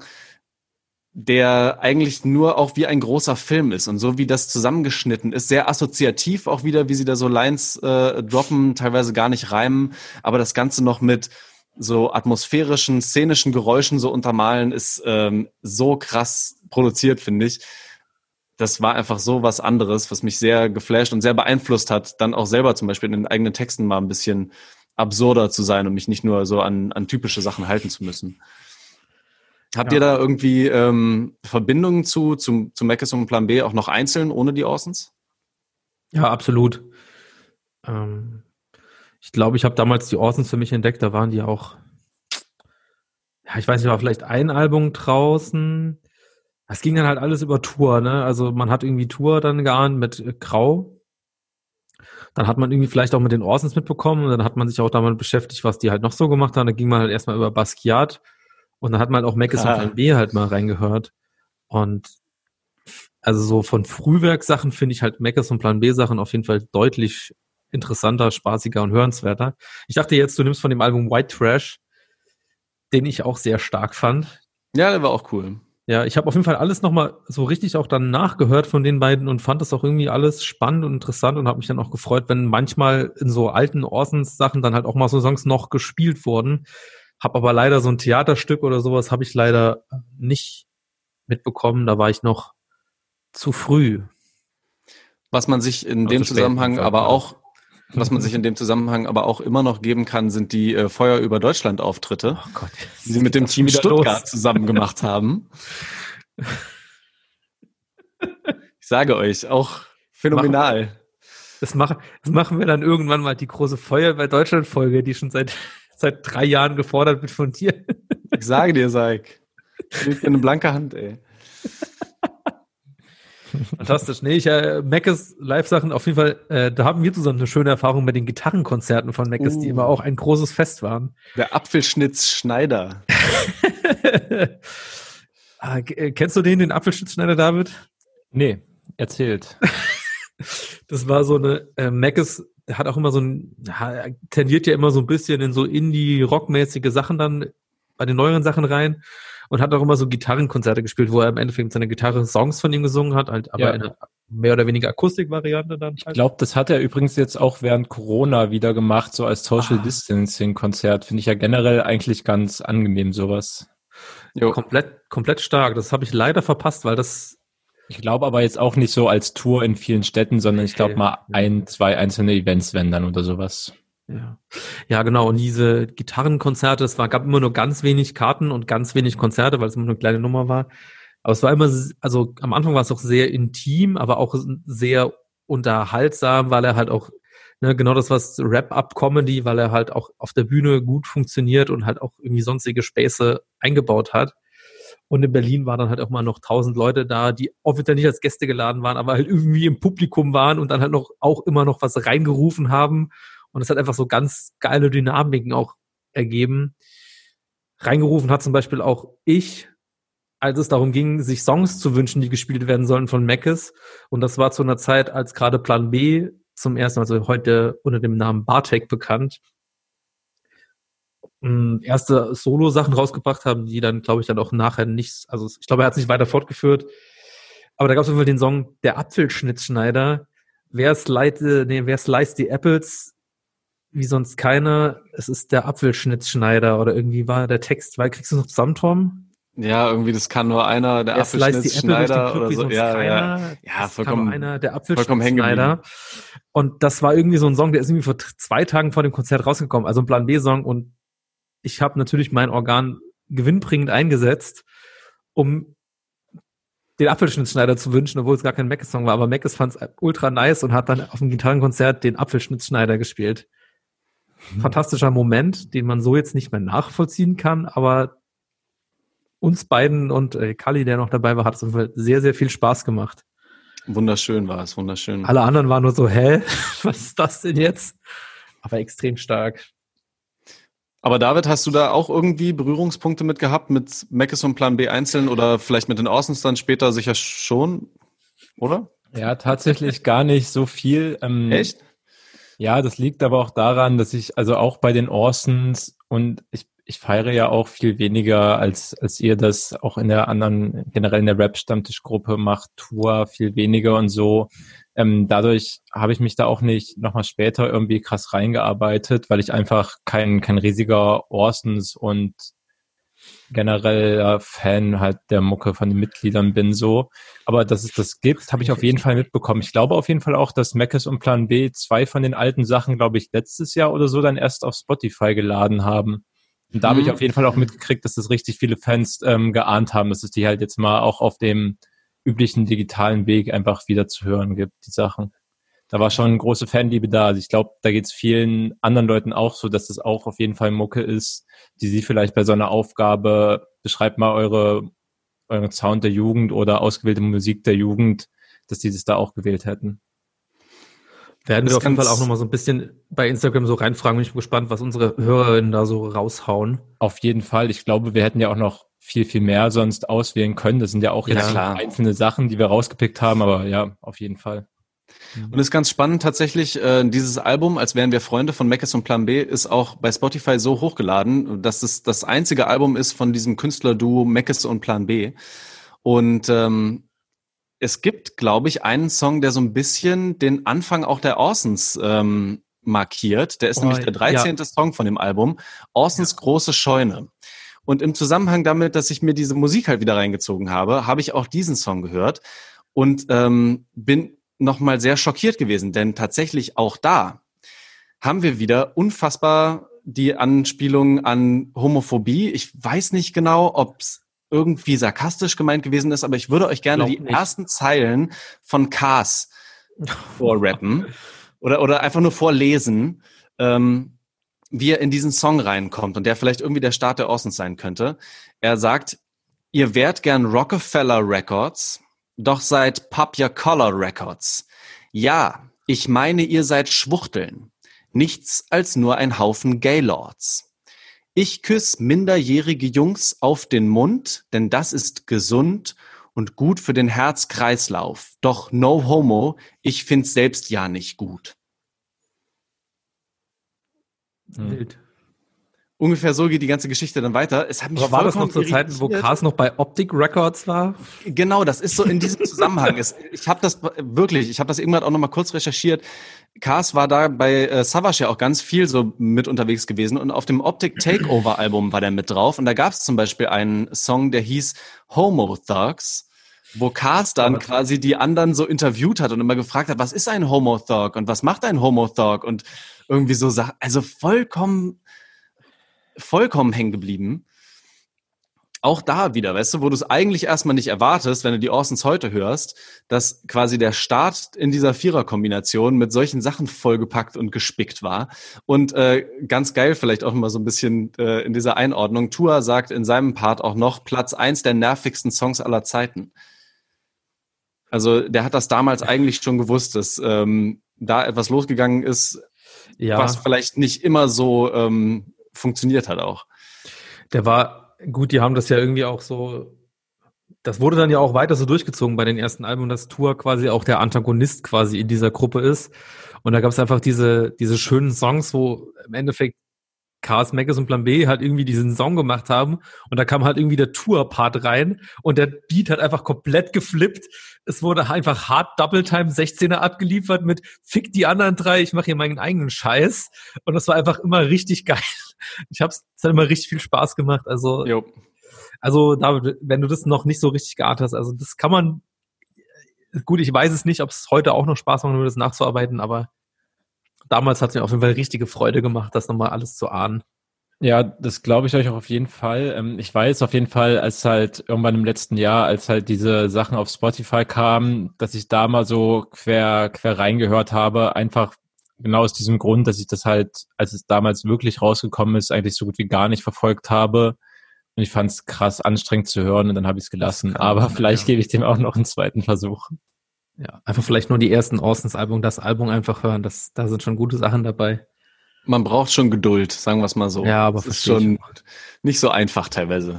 der eigentlich nur auch wie ein großer Film ist und so wie das zusammengeschnitten ist, sehr assoziativ auch wieder, wie sie da so Lines äh, droppen, teilweise gar nicht reimen, aber das Ganze noch mit so atmosphärischen, szenischen Geräuschen so untermalen, ist ähm, so krass produziert, finde ich. das war einfach so was anderes, was mich sehr geflasht und sehr beeinflusst hat, dann auch selber zum Beispiel in den eigenen Texten mal ein bisschen absurder zu sein und mich nicht nur so an, an typische Sachen halten zu müssen. Habt Ja. ihr da irgendwie ähm, Verbindungen zu, zu, zu Meckes und Plan B auch noch einzeln, ohne die Orsons? Ja, absolut. Ähm, ich glaube, ich habe damals die Orsons für mich entdeckt, da waren die auch, ja, ich weiß nicht, war vielleicht ein Album draußen. Es ging dann halt alles über Tour, ne? Also man hat irgendwie Tour dann geahnt mit äh, Grau. Dann hat man irgendwie vielleicht auch mit den Orsons mitbekommen und dann hat man sich auch damit beschäftigt, was die halt noch so gemacht haben. Da ging man halt erstmal über Basquiat und dann hat man halt auch Meckes Ah. und Plan B halt mal reingehört. Und also so von Frühwerksachen finde ich halt Meckes und Plan B Sachen auf jeden Fall deutlich interessanter, spaßiger und hörenswerter. Ich dachte jetzt, du nimmst von dem Album White Trash, den ich auch sehr stark fand. Ja, der war auch cool. Ja, ich habe auf jeden Fall alles nochmal so richtig auch dann nachgehört von den beiden und fand das auch irgendwie alles spannend und interessant und habe mich dann auch gefreut, wenn manchmal in so alten Orsons-Sachen dann halt auch mal so Songs noch gespielt wurden. Hab aber leider so ein Theaterstück oder sowas habe ich leider nicht mitbekommen. Da war ich noch zu früh. Was man sich in Also dem zu spät, Zusammenhang sagt aber man. auch, was man sich in dem Zusammenhang aber auch immer noch geben kann, sind die äh, Feuer über Deutschland Auftritte, Oh Gott, die sie mit dem Team Stuttgart zusammen gemacht haben. Ich sage euch, auch phänomenal. Das machen, das machen wir dann irgendwann mal die große Feuer bei Deutschland Folge, die schon seit seit drei Jahren gefordert wird von dir. Ich sage dir, Saik, liegt dir eine blanke Hand, ey. Fantastisch. Nee, ich, äh, Meckes Live-Sachen, auf jeden Fall, äh, da haben wir zusammen eine schöne Erfahrung bei den Gitarrenkonzerten von Meckes, Uh. die immer auch ein großes Fest waren. Der Apfelschnitz Schneider. ah, äh, kennst du den, den Apfelschnitzschneider, David? Nee, erzählt. Das war so eine, äh, Meckes, der hat auch immer so ein, ja, er tendiert ja immer so ein bisschen in so Indie-Rock-mäßige Sachen dann bei den neueren Sachen rein und hat auch immer so Gitarrenkonzerte gespielt, wo er im Endeffekt mit seiner Gitarre Songs von ihm gesungen hat, halt aber Ja. in einer mehr oder weniger Akustikvariante dann. Ich glaube, das hat er übrigens jetzt auch während Corona wieder gemacht, so als Social Ah. Distancing Konzert. Finde ich ja generell eigentlich ganz angenehm, sowas. Jo. Komplett, komplett stark. Das habe ich leider verpasst, weil das Ich glaube aber jetzt auch nicht so als Tour in vielen Städten, sondern ich glaube Okay. mal ein, zwei einzelne Events, wenn dann oder sowas. Ja, ja genau. Und diese Gitarrenkonzerte, es war, gab immer nur ganz wenig Karten und ganz wenig Konzerte, weil es immer nur eine kleine Nummer war. Aber es war immer, also am Anfang war es auch sehr intim, aber auch sehr unterhaltsam, weil er halt auch, ne, genau das, was Rap-Up-Comedy, weil er halt auch auf der Bühne gut funktioniert und halt auch irgendwie sonstige Späße eingebaut hat. Und in Berlin waren dann halt auch mal noch tausend Leute da, die offiziell nicht als Gäste geladen waren, aber halt irgendwie im Publikum waren und dann halt noch auch immer noch was reingerufen haben. Und es hat einfach so ganz geile Dynamiken auch ergeben. Reingerufen hat zum Beispiel auch ich, als es darum ging, sich Songs zu wünschen, die gespielt werden sollen von Meckes. Und das war zu einer Zeit, als gerade Plan B zum ersten Mal, also heute unter dem Namen Bartek bekannt, mh, erste Solo-Sachen rausgebracht haben, die dann, glaube ich, dann auch nachher nichts, also ich glaube, er hat es nicht weiter fortgeführt. Aber da gab es auf jeden Fall den Song Der Apfelschnitzschneider. Wer slice, nee, wer slice die Apples wie sonst keiner? Es ist der Apfelschnitzschneider oder irgendwie war der Text, weil kriegst du noch zusammen, Tom? Ja, irgendwie, das kann nur einer, der Wer slice die Apple durch den Apfelschnitzschneider Club oder wie so. sonst Ja, ja. keiner? Ja, Es kann vollkommen- nur einer, der vollkommen hängen Apfelschnitzschneider. Und das war irgendwie so ein Song, der ist irgendwie vor t- zwei Tagen vor dem Konzert rausgekommen, also ein Plan B-Song. Und ich habe natürlich mein Organ gewinnbringend eingesetzt, um den Apfelschnitzschneider zu wünschen, obwohl es gar kein Meckes-Song war. Aber Meckes fand es ultra nice und hat dann auf dem Gitarrenkonzert den Apfelschnitzschneider gespielt. Fantastischer Moment, den man so jetzt nicht mehr nachvollziehen kann, aber uns beiden und äh, Kalli, der noch dabei war, hat es auf jeden Fall sehr, sehr viel Spaß gemacht. Wunderschön war es, wunderschön. Alle anderen waren nur so, hä, was ist das denn jetzt? Aber extrem stark. Aber David, hast du da auch irgendwie Berührungspunkte mit gehabt, mit Meckes und Plan B einzeln oder vielleicht mit den Orsons dann später sicher schon, oder? Ja, tatsächlich gar nicht so viel. Ähm, Echt? Ja, das liegt aber auch daran, dass ich, also auch bei den Orsons und ich, ich feiere ja auch viel weniger, als, als ihr das auch in der anderen, generell in der Rap-Stammtischgruppe macht, Tour viel weniger und so. Ähm, dadurch habe ich mich da auch nicht nochmal später irgendwie krass reingearbeitet, weil ich einfach kein, kein riesiger Orsons und genereller Fan halt der Mucke von den Mitgliedern bin, so. Aber dass es das gibt, habe ich auf jeden Fall mitbekommen. Ich glaube auf jeden Fall auch, dass Meckes und Plan B zwei von den alten Sachen, glaube ich, letztes Jahr oder so dann erst auf Spotify geladen haben. Und da mhm. habe ich auf jeden Fall auch mitgekriegt, dass das richtig viele Fans ähm, geahnt haben, dass es die halt jetzt mal auch auf dem üblichen digitalen Weg einfach wieder zu hören gibt, die Sachen. Da war schon eine große Fanliebe da. Also ich glaube, da geht es vielen anderen Leuten auch so, dass das auch auf jeden Fall Mucke ist, die sie vielleicht bei so einer Aufgabe, beschreibt mal eure, euren Sound der Jugend oder ausgewählte Musik der Jugend, dass die das da auch gewählt hätten. Werden wir auf jeden Fall auch nochmal so ein bisschen bei Instagram so reinfragen. Bin ich gespannt, was unsere Hörerinnen da so raushauen. Auf jeden Fall. Ich glaube, wir hätten ja auch noch viel, viel mehr sonst auswählen können. Das sind ja auch jetzt ja, einzelne Sachen, die wir rausgepickt haben, aber ja, auf jeden Fall. Und es ist ganz spannend tatsächlich, äh, dieses Album, als wären wir Freunde von Meckes und Plan B, ist auch bei Spotify so hochgeladen, dass es das einzige Album ist von diesem Künstlerduo Meckes und Plan B. Und ähm, es gibt, glaube ich, einen Song, der so ein bisschen den Anfang auch der Orsons ähm, markiert. Der ist oh, nämlich der dreizehnte Ja. Song von dem Album, Orsons ja. große Scheune. Und im Zusammenhang damit, dass ich mir diese Musik halt wieder reingezogen habe, habe ich auch diesen Song gehört und ähm, bin nochmal sehr schockiert gewesen, denn tatsächlich auch da haben wir wieder unfassbar die Anspielung an Homophobie. Ich weiß nicht genau, ob es irgendwie sarkastisch gemeint gewesen ist, aber ich würde euch gerne die nicht. ersten Zeilen von Cars vorrappen oder, oder einfach nur vorlesen, ähm, wie er in diesen Song reinkommt und der vielleicht irgendwie der Start der Orsons sein könnte. Er sagt, ihr wärt gern Rockefeller Records, doch seid Pop Your Collar Records. Ja, ich meine, ihr seid Schwuchteln. Nichts als nur ein Haufen Gaylords. Ich küss minderjährige Jungs auf den Mund, denn das ist gesund und gut für den Herzkreislauf. Doch no homo, ich find's selbst ja nicht gut. Wild. Ungefähr so geht die ganze Geschichte dann weiter. Es hat mich Aber war das noch zur Zeit, wo Cars noch bei Optic Records war? Genau, das ist so in diesem Zusammenhang. es, ich habe das wirklich, ich habe das irgendwann auch noch mal kurz recherchiert. Cars war da bei äh, Savage ja auch ganz viel so mit unterwegs gewesen und auf dem Optic Takeover Album war der mit drauf und da gab es zum Beispiel einen Song, der hieß Homo Thugs, wo Cars dann quasi die anderen so interviewt hat und immer gefragt hat, was ist ein Homo Thug und was macht ein Homo Thug und irgendwie so Sachen, also vollkommen vollkommen hängen geblieben. Auch da wieder, weißt du, wo du es eigentlich erstmal nicht erwartest, wenn du die Orsons heute hörst, dass quasi der Start in dieser Vierer-Kombination mit solchen Sachen vollgepackt und gespickt war. Und äh, ganz geil vielleicht auch mal so ein bisschen äh, in dieser Einordnung. Tua sagt in seinem Part auch noch Platz eins der nervigsten Songs aller Zeiten. Also der hat das damals eigentlich schon gewusst, dass ähm, da etwas losgegangen ist, ja. was vielleicht nicht immer so ähm, funktioniert hat auch. Der war, gut, die haben das ja irgendwie auch so, das wurde dann ja auch weiter so durchgezogen bei den ersten Alben, dass Tua quasi auch der Antagonist quasi in dieser Gruppe ist. Und da gab es einfach diese diese schönen Songs, wo im Endeffekt Cars, Meckes und Plan B halt irgendwie diesen Song gemacht haben und da kam halt irgendwie der Tour-Part rein und der Beat hat einfach komplett geflippt. Es wurde einfach hart Double-Time sechzehner abgeliefert mit Fick die anderen drei, ich mache hier meinen eigenen Scheiß und das war einfach immer richtig geil. Ich hab's, es hat immer richtig viel Spaß gemacht, also jo. also David, wenn du das noch nicht so richtig geahnt hast, also das kann man, gut, ich weiß es nicht, ob es heute auch noch Spaß macht, nur das nachzuarbeiten, aber damals hat es mir auf jeden Fall richtige Freude gemacht, das nochmal alles zu ahnen. Ja, das glaube ich euch auch auf jeden Fall. Ich weiß auf jeden Fall, als halt irgendwann im letzten Jahr, als halt diese Sachen auf Spotify kamen, dass ich da mal so quer, quer reingehört habe, einfach genau aus diesem Grund, dass ich das halt, als es damals wirklich rausgekommen ist, eigentlich so gut wie gar nicht verfolgt habe. Und ich fand es krass anstrengend zu hören und dann habe ich es gelassen. Aber man, vielleicht ja. gebe ich dem auch noch einen zweiten Versuch. Ja, einfach vielleicht nur die ersten Orsons-Album, das Album einfach hören, das, da sind schon gute Sachen dabei. Man braucht schon Geduld, sagen wir es mal so. Ja, aber das ist schon nicht so einfach teilweise.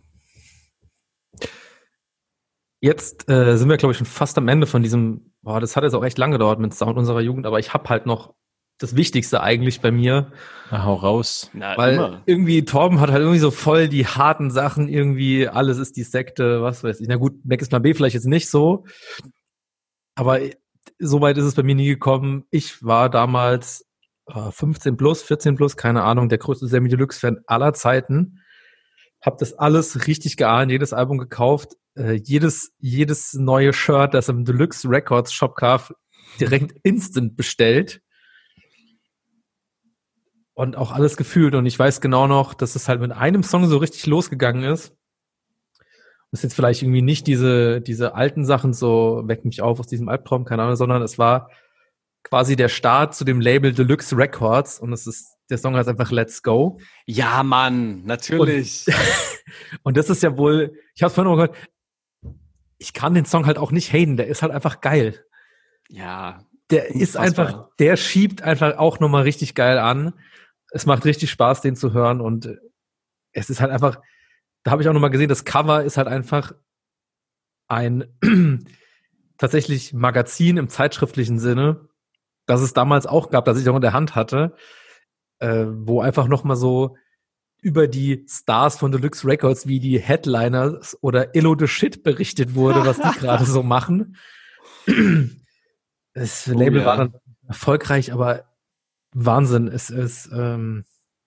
Jetzt äh, sind wir, glaube ich, schon fast am Ende von diesem, boah, das hat jetzt auch echt lange gedauert mit Sound unserer Jugend, aber ich habe halt noch das Wichtigste eigentlich bei mir. Na, hau raus. Na, weil immer. Irgendwie Torben hat halt irgendwie so voll die harten Sachen, irgendwie alles ist die Sekte, was weiß ich. Na gut, Meckes Plan B vielleicht jetzt nicht so, aber so weit ist es bei mir nie gekommen. Ich war damals äh, fünfzehn plus, vierzehn plus, keine Ahnung, der größte Sammy Deluxe-Fan aller Zeiten. Hab das alles richtig geahnt, jedes Album gekauft, äh, jedes jedes neue Shirt, das im Deluxe Records Shop gab, direkt instant bestellt. Und auch alles gefühlt. Und ich weiß genau noch, dass es halt mit einem Song so richtig losgegangen ist. Das ist jetzt vielleicht irgendwie nicht diese diese alten Sachen, so Weck mich auf aus diesem Albtraum, keine Ahnung, sondern es war quasi der Start zu dem Label Deluxe Records. Und es ist, der Song heißt einfach Let's Go. Ja, Mann, natürlich. Und, und das ist ja wohl, ich habe es vorhin noch gehört, ich kann den Song halt auch nicht haten, der ist halt einfach geil. Ja. Der ist einfach, der schiebt einfach auch nochmal richtig geil an. Es macht richtig Spaß, den zu hören und es ist halt einfach, da habe ich auch nochmal gesehen, das Cover ist halt einfach ein tatsächlich Magazin im zeitschriftlichen Sinne, das es damals auch gab, das ich auch in der Hand hatte, äh, wo einfach nochmal so über die Stars von Deluxe Records wie die Headliners oder Illo the Shit berichtet wurde, was die gerade so machen. Das Oh, Label ja. war dann erfolgreich, aber Wahnsinn. Es ist ähm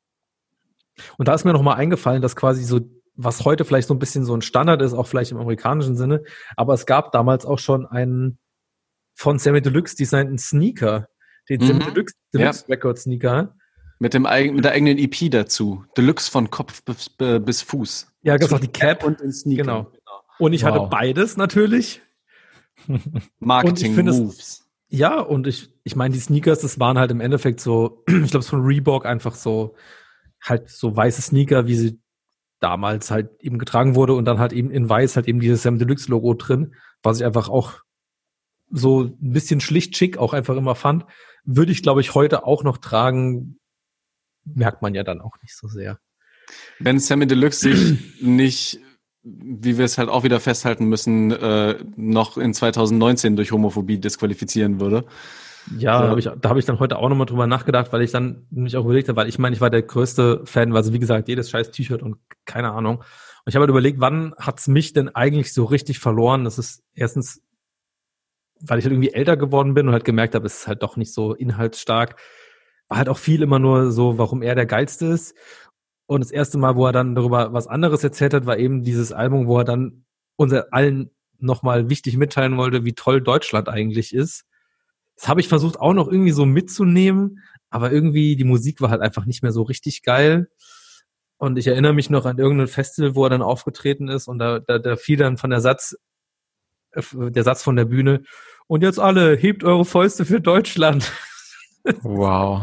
und da ist mir nochmal eingefallen, dass quasi so, was heute vielleicht so ein bisschen so ein Standard ist, auch vielleicht im amerikanischen Sinne, aber es gab damals auch schon einen von Samy Deluxe designten Sneaker, den Mhm. Samy Deluxe, Deluxe Ja. Record Sneaker. Mit, dem, eig- mit der eigenen E P dazu. Deluxe von Kopf bis, äh, bis Fuß. Ja, gab's auch die Cap. und den Sneaker. Genau. Und ich hatte Wow. beides natürlich. Marketing Und ich finde es- Moves. Ja, und ich, ich meine, die Sneakers, das waren halt im Endeffekt so, ich glaube, es von Reebok einfach so, halt so weiße Sneaker, wie sie damals halt eben getragen wurde und dann halt eben in weiß halt eben dieses Sam Deluxe Logo drin, was ich einfach auch so ein bisschen schlicht schick auch einfach immer fand, würde ich, glaube ich, heute auch noch tragen, merkt man ja dann auch nicht so sehr. Wenn Samy Deluxe sich nicht, wie wir es halt auch wieder festhalten müssen, äh, noch in zwanzig neunzehn durch Homophobie disqualifizieren würde. Ja, Ja. hab ich, da habe ich dann heute auch nochmal drüber nachgedacht, weil ich dann mich auch überlegt habe, weil ich meine, ich war der größte Fan, also wie gesagt, jedes scheiß T-Shirt und keine Ahnung. Und ich habe halt überlegt, wann hat's mich denn eigentlich so richtig verloren? Das ist erstens, weil ich halt irgendwie älter geworden bin und halt gemerkt habe, es ist halt doch nicht so inhaltsstark. War halt auch viel immer nur so, warum er der Geilste ist. Und das erste Mal, wo er dann darüber was anderes erzählt hat, war eben dieses Album, wo er dann uns allen nochmal wichtig mitteilen wollte, wie toll Deutschland eigentlich ist. Das habe ich versucht auch noch irgendwie so mitzunehmen, aber irgendwie die Musik war halt einfach nicht mehr so richtig geil. Und ich erinnere mich noch an irgendein Festival, wo er dann aufgetreten ist und da, da, da fiel dann von der Satz, äh, der Satz von der Bühne, und jetzt alle, hebt eure Fäuste für Deutschland. Wow.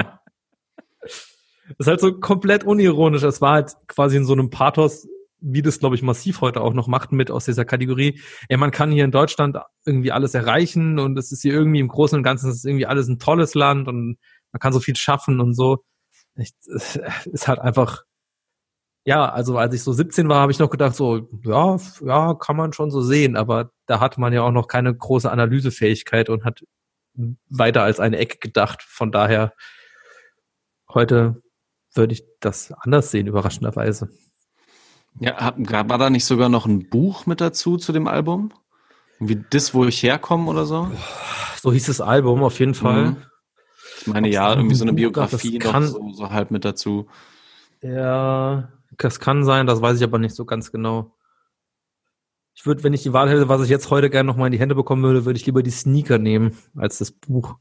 Das ist halt so komplett unironisch. Das war halt quasi in so einem Pathos, wie das, glaube ich, Massiv heute auch noch macht, mit aus dieser Kategorie. Ey, man kann hier in Deutschland irgendwie alles erreichen und es ist hier irgendwie im Großen und Ganzen, es ist irgendwie alles ein tolles Land und man kann so viel schaffen und so. Ich, es ist halt einfach, ja, also als ich so siebzehn war, habe ich noch gedacht, so, ja, ja, kann man schon so sehen, aber da hat man ja auch noch keine große Analysefähigkeit und hat weiter als eine Ecke gedacht. Von daher, heute würde ich das anders sehen, überraschenderweise. Ja, hab- war da nicht sogar noch ein Buch mit dazu zu dem Album? Wie das, wo ich herkomme oder so? So hieß das Album auf jeden Fall. Mhm. Ich meine, Ob's ja, noch irgendwie ein so eine Buch gab, Biografie das noch kann- so, so halb mit dazu. Ja, das kann sein, das weiß ich aber nicht so ganz genau. Ich würde, wenn ich die Wahl hätte, was ich jetzt heute gerne noch mal in die Hände bekommen würde, würde ich lieber die Sneaker nehmen als das Buch.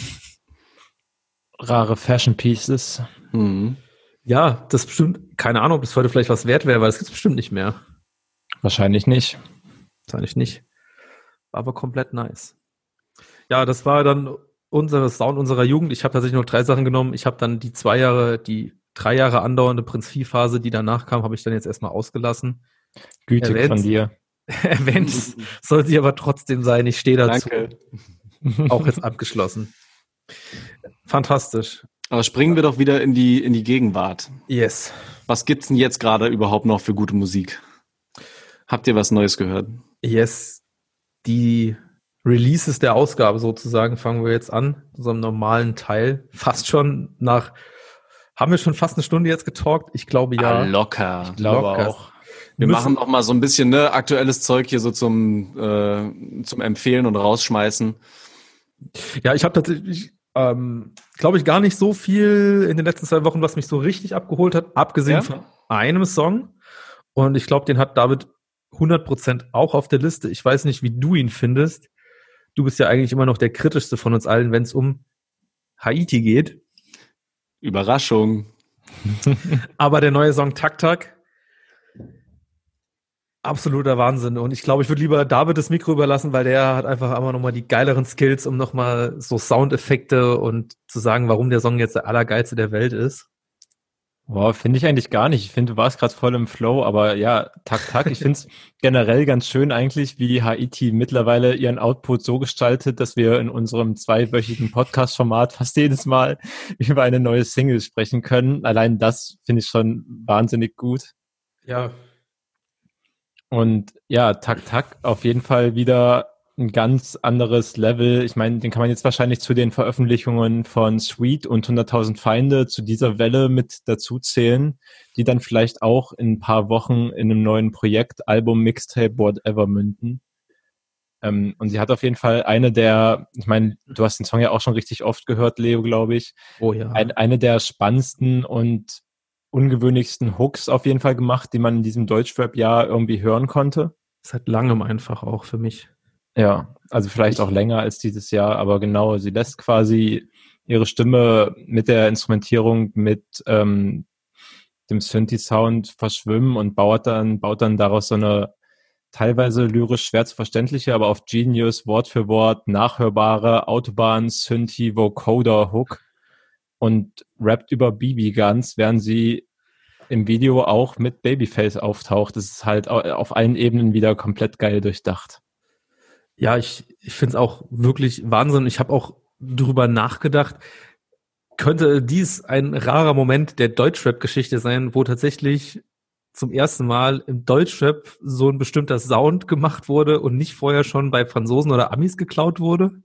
Rare Fashion Pieces. Mhm. Ja, das bestimmt, keine Ahnung, ob das heute vielleicht was wert wäre, weil das gibt's bestimmt nicht mehr. Wahrscheinlich nicht. Wahrscheinlich nicht. War aber komplett nice. Ja, das war dann unsere Sound unserer Jugend. Ich habe tatsächlich nur drei Sachen genommen. Ich habe dann die zwei Jahre, die drei Jahre andauernde Prinz-Vieh-Phase, die danach kam, habe ich dann jetzt erstmal ausgelassen. Gütig Erwähnt. von dir. Erwähnt soll sie aber trotzdem sein. Ich stehe dazu. Danke. Auch jetzt abgeschlossen. Fantastisch. Aber springen wir doch wieder in die, in die Gegenwart. Yes. Was gibt's denn jetzt gerade überhaupt noch für gute Musik? Habt ihr was Neues gehört? Yes. Die Releases der Ausgabe sozusagen fangen wir jetzt an. Unserem normalen Teil. Fast schon nach, haben wir schon fast eine Stunde jetzt getalkt? Ich glaube ja. Ah, locker. Ich glaube Locker. auch. Wir müssen- machen noch mal so ein bisschen ne, aktuelles Zeug hier so zum, äh, zum Empfehlen und Rausschmeißen. Ja, ich habe tatsächlich, ähm, glaube ich, gar nicht so viel in den letzten zwei Wochen, was mich so richtig abgeholt hat, abgesehen Ja? von einem Song. Und ich glaube, den hat David hundert Prozent auch auf der Liste. Ich weiß nicht, wie du ihn findest. Du bist ja eigentlich immer noch der kritischste von uns allen, wenn es um Haiti geht. Überraschung. Aber der neue Song Tak Tak, absoluter Wahnsinn. Und ich glaube, ich würde lieber David das Mikro überlassen, weil der hat einfach immer nochmal die geileren Skills, um nochmal so Soundeffekte und zu sagen, warum der Song jetzt der allergeilste der Welt ist. Boah, finde ich eigentlich gar nicht. Ich finde, du warst gerade voll im Flow, aber ja, Tak Tak. Ich finde es generell ganz schön eigentlich, wie Haiti mittlerweile ihren Output so gestaltet, dass wir in unserem zweiwöchigen Podcast-Format fast jedes Mal über eine neue Single sprechen können. Allein das finde ich schon wahnsinnig gut. Ja. Und ja, Tak Tak auf jeden Fall wieder ein ganz anderes Level. Ich meine, den kann man jetzt wahrscheinlich zu den Veröffentlichungen von Sweet und hunderttausend Feinde zu dieser Welle mit dazu zählen, die dann vielleicht auch in ein paar Wochen in einem neuen Projekt, Album, Mixtape, whatever münden. Ähm, und sie hat auf jeden Fall eine der, ich meine, du hast den Song ja auch schon richtig oft gehört, Leo, glaube ich. Oh ja. Ein, eine der spannendsten und ungewöhnlichsten Hooks auf jeden Fall gemacht, die man in diesem Deutschrap-Jahr irgendwie hören konnte. Seit langem einfach auch für mich. Ja, also vielleicht auch länger als dieses Jahr, aber genau, sie lässt quasi ihre Stimme mit der Instrumentierung, mit ähm, dem Synthi-Sound verschwimmen und baut dann, baut dann daraus so eine teilweise lyrisch schwer zu verständliche, aber auf Genius Wort für Wort nachhörbare Autobahn-Synthi-Vocoder-Hook und rappt über B B Guns, während sie im Video auch mit Babyface auftaucht. Das ist halt auf allen Ebenen wieder komplett geil durchdacht. Ja, ich, ich finde es auch wirklich Wahnsinn. Ich habe auch drüber nachgedacht, könnte dies ein rarer Moment der Deutschrap-Geschichte sein, wo tatsächlich zum ersten Mal im Deutschrap so ein bestimmter Sound gemacht wurde und nicht vorher schon bei Franzosen oder Amis geklaut wurde?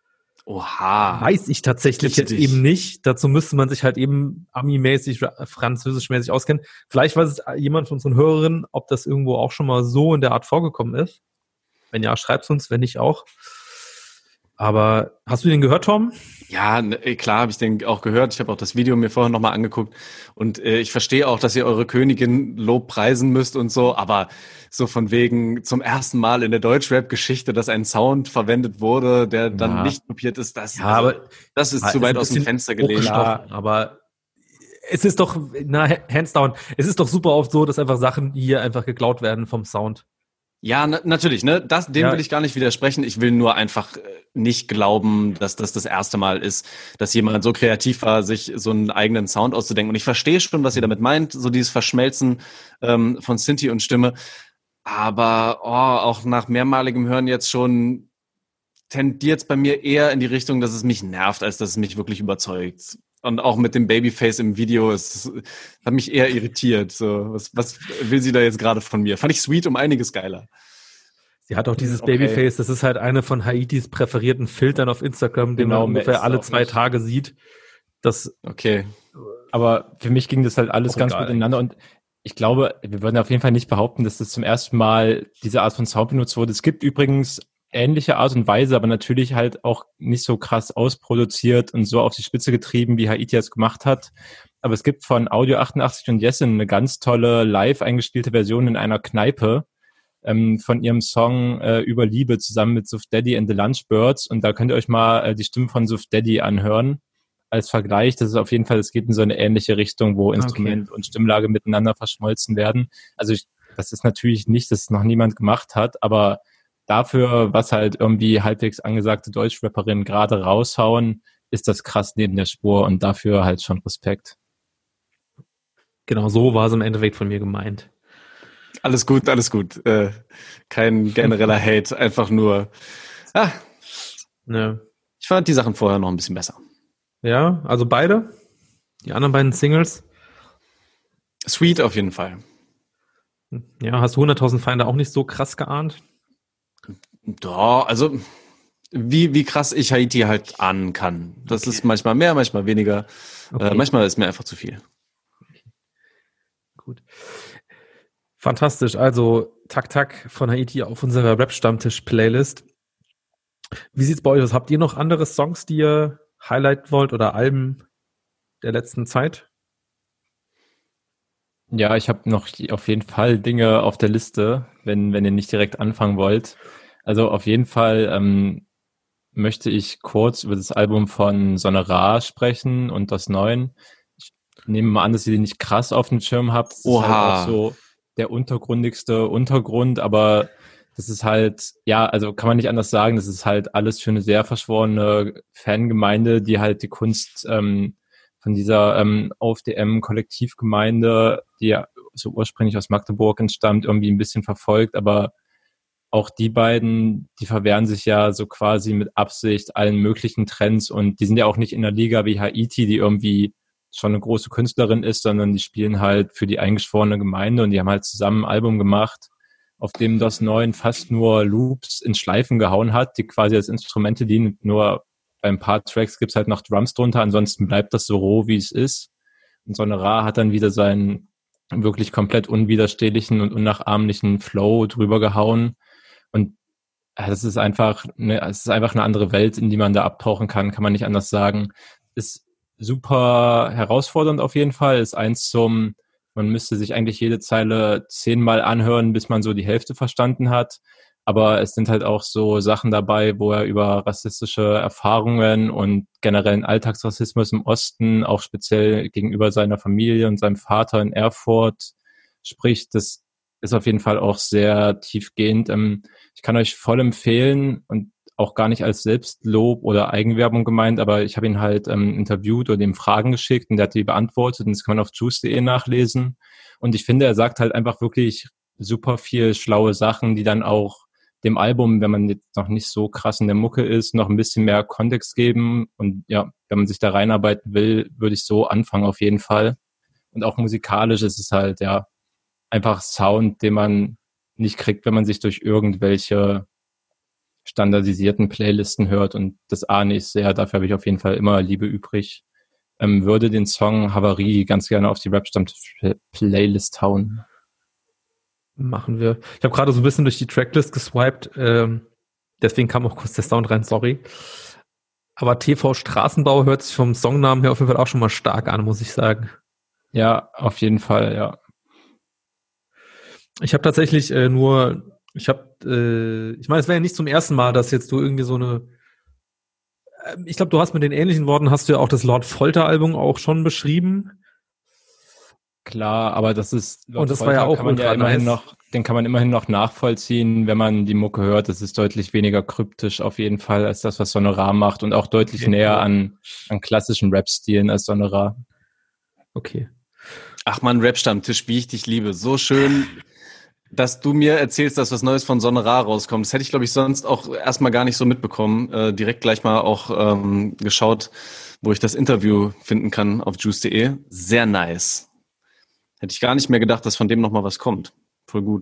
Oha. Weiß ich tatsächlich Bitte jetzt dich. eben nicht. Dazu müsste man sich halt eben Ami-mäßig, Französisch-mäßig auskennen. Vielleicht weiß es jemand von unseren Hörerinnen, ob das irgendwo auch schon mal so in der Art vorgekommen ist. Wenn ja, schreib's uns, wenn nicht auch. Aber hast du den gehört, Tom? Ja, ne, klar habe ich den auch gehört. Ich habe auch das Video mir vorher nochmal angeguckt. Und äh, ich verstehe auch, dass ihr eure Königin Lob preisen müsst und so. Aber so von wegen zum ersten Mal in der Deutschrap-Geschichte, dass ein Sound verwendet wurde, der dann Ja. nicht kopiert ist, das, Ja, aber das ist Ja, zu ist weit ein aus dem bisschen Fenster gelehnt. hochgestochen, aber es ist doch, na, hands down, es ist doch super oft so, dass einfach Sachen hier einfach geklaut werden vom Sound. Ja, na, natürlich, ne? Das, dem Ja. will ich gar nicht widersprechen. Ich will nur einfach äh, nicht glauben, dass das das erste Mal ist, dass jemand so kreativ war, sich so einen eigenen Sound auszudenken. Und ich verstehe schon, was ihr damit meint, so dieses Verschmelzen ähm, von Synthi und Stimme. Aber oh, auch nach mehrmaligem Hören jetzt schon tendiert es bei mir eher in die Richtung, dass es mich nervt, als dass es mich wirklich überzeugt. Und auch mit dem Babyface im Video, es, es hat mich eher irritiert. So, was, was will sie da jetzt gerade von mir? Fand ich Sweet um einiges geiler. Sie hat auch dieses Okay. Babyface, das ist halt eine von Haitis präferierten Filtern auf Instagram, den Genau, man mehr ist ungefähr alle auch zwei nicht. Tage sieht. Das, Okay. Aber für mich ging das halt alles Auch ganz egal gut ineinander und ich glaube, wir würden auf jeden Fall nicht behaupten, dass das zum ersten Mal diese Art von Sound benutzt wurde. Es gibt übrigens ähnliche Art und Weise, aber natürlich halt auch nicht so krass ausproduziert und so auf die Spitze getrieben, wie Haiti es gemacht hat. Aber es gibt von Audio achtundachtzig und Jessin eine ganz tolle live eingespielte Version in einer Kneipe ähm, von ihrem Song äh, Über Liebe zusammen mit Suf Daddy and the Lunchbirds. Und da könnt ihr euch mal äh, die Stimme von Suf Daddy anhören. Als Vergleich, das ist auf jeden Fall, es geht in so eine ähnliche Richtung, wo Instrument und Stimmlage miteinander verschmolzen werden. Also ich, das ist natürlich nicht, dass es noch niemand gemacht hat, aber dafür, was halt irgendwie halbwegs angesagte Deutschrapperinnen gerade raushauen, ist das krass neben der Spur und dafür halt schon Respekt. genau so war es im Endeffekt von mir gemeint. Alles gut, alles gut. Äh, kein genereller Hate, einfach nur. Ah, Ne. ich fand die Sachen vorher noch ein bisschen besser. Ja, also beide? Die anderen beiden Singles? Sweet auf jeden Fall. Ja, hast du hunderttausend Feinde auch nicht so krass geahnt? Doch, also wie, wie krass ich Haiti halt ahnen kann. Das Okay. ist manchmal mehr, manchmal weniger. Okay. Äh, manchmal ist mir einfach zu viel. Gut. Fantastisch. Also Tak Tak von Haiti auf unserer Rap-Stammtisch-Playlist. Wie sieht's bei euch aus? Habt ihr noch andere Songs, die ihr highlighten wollt oder Alben der letzten Zeit? Ja, ich habe noch auf jeden Fall Dinge auf der Liste, wenn, wenn ihr nicht direkt anfangen wollt. Also auf jeden Fall ähm, möchte ich kurz über das Album von Sonne Ra sprechen und das Neuen. Ich nehme mal an, dass ihr die nicht krass auf dem Schirm habt. Das Oha. ist halt auch so der untergründigste Untergrund, aber das ist halt, ja, also kann man nicht anders sagen, das ist halt alles für eine sehr verschworene Fangemeinde, die halt die Kunst ähm, von dieser ähm, O F D M-Kollektivgemeinde, die ja so ursprünglich aus Magdeburg entstammt, irgendwie ein bisschen verfolgt, aber auch die beiden, die verwehren sich ja so quasi mit Absicht allen möglichen Trends und die sind ja auch nicht in der Liga wie Haiti, die irgendwie schon eine große Künstlerin ist, sondern die spielen halt für die eingeschworene Gemeinde und die haben halt zusammen ein Album gemacht, auf dem das Neuen fast nur Loops in Schleifen gehauen hat, die quasi als Instrumente dienen. Nur bei ein paar Tracks gibt's halt noch Drums drunter, ansonsten bleibt das so roh, wie es ist. Und Sonne Ra hat dann wieder seinen wirklich komplett unwiderstehlichen und unnachahmlichen Flow drüber gehauen. Und das ist einfach eine, es ist einfach eine andere Welt, in die man da abtauchen kann, kann man nicht anders sagen. Ist super herausfordernd auf jeden Fall, ist eins zum, man müsste sich eigentlich jede Zeile zehnmal anhören, bis man so die Hälfte verstanden hat. Aber es sind halt auch so Sachen dabei, wo er über rassistische Erfahrungen und generellen Alltagsrassismus im Osten, auch speziell gegenüber seiner Familie und seinem Vater in Erfurt spricht. Das ist auf jeden Fall auch sehr tiefgehend. Ich kann euch voll empfehlen und auch gar nicht als Selbstlob oder Eigenwerbung gemeint, aber ich habe ihn halt ähm, interviewt oder ihm Fragen geschickt und der hat die beantwortet und das kann man auf juice punkt de nachlesen. Und ich finde, er sagt halt einfach wirklich super viel schlaue Sachen, die dann auch dem Album, wenn man jetzt noch nicht so krass in der Mucke ist, noch ein bisschen mehr Kontext geben. Und ja, wenn man sich da reinarbeiten will, würde ich so anfangen auf jeden Fall. Und auch musikalisch ist es halt, ja, einfach Sound, den man nicht kriegt, wenn man sich durch irgendwelche standardisierten Playlisten hört und das ahne ich sehr, dafür habe ich auf jeden Fall immer Liebe übrig. Ähm, würde den Song Havarie ganz gerne auf die Rap-Stamm-Playlist hauen. Machen wir. Ich habe gerade so ein bisschen durch die Tracklist geswiped, ähm, deswegen kam auch kurz der Sound rein, sorry. Aber T V Straßenbau hört sich vom Songnamen her auf jeden Fall auch schon mal stark an, muss ich sagen. Ja, auf jeden Fall, ja. Ich habe tatsächlich äh, nur Ich habe, äh, ich meine, es wäre ja nicht zum ersten Mal, dass jetzt du irgendwie so eine, äh, ich glaube, du hast mit den ähnlichen Worten, hast du ja auch das Lord Folter-Album auch schon beschrieben. Klar, aber das ist, Lord und das Folter war ja auch kann man ja immerhin nice. noch, den kann man immerhin noch nachvollziehen, wenn man die Mucke hört. Das ist deutlich weniger kryptisch auf jeden Fall als das, was Sonne Ra macht und auch deutlich okay. näher an, an klassischen Rap-Stilen als Sonne Ra. Okay. Ach man, Rap-Stammtisch, wie ich dich liebe. So schön, dass du mir erzählst, dass was Neues von Sonne Ra rauskommt. Das hätte ich, glaube ich, sonst auch erstmal gar nicht so mitbekommen. Äh, direkt gleich mal auch ähm, geschaut, wo ich das Interview finden kann auf juice punkt de. Sehr nice. Hätte ich gar nicht mehr gedacht, dass von dem nochmal was kommt. Voll gut.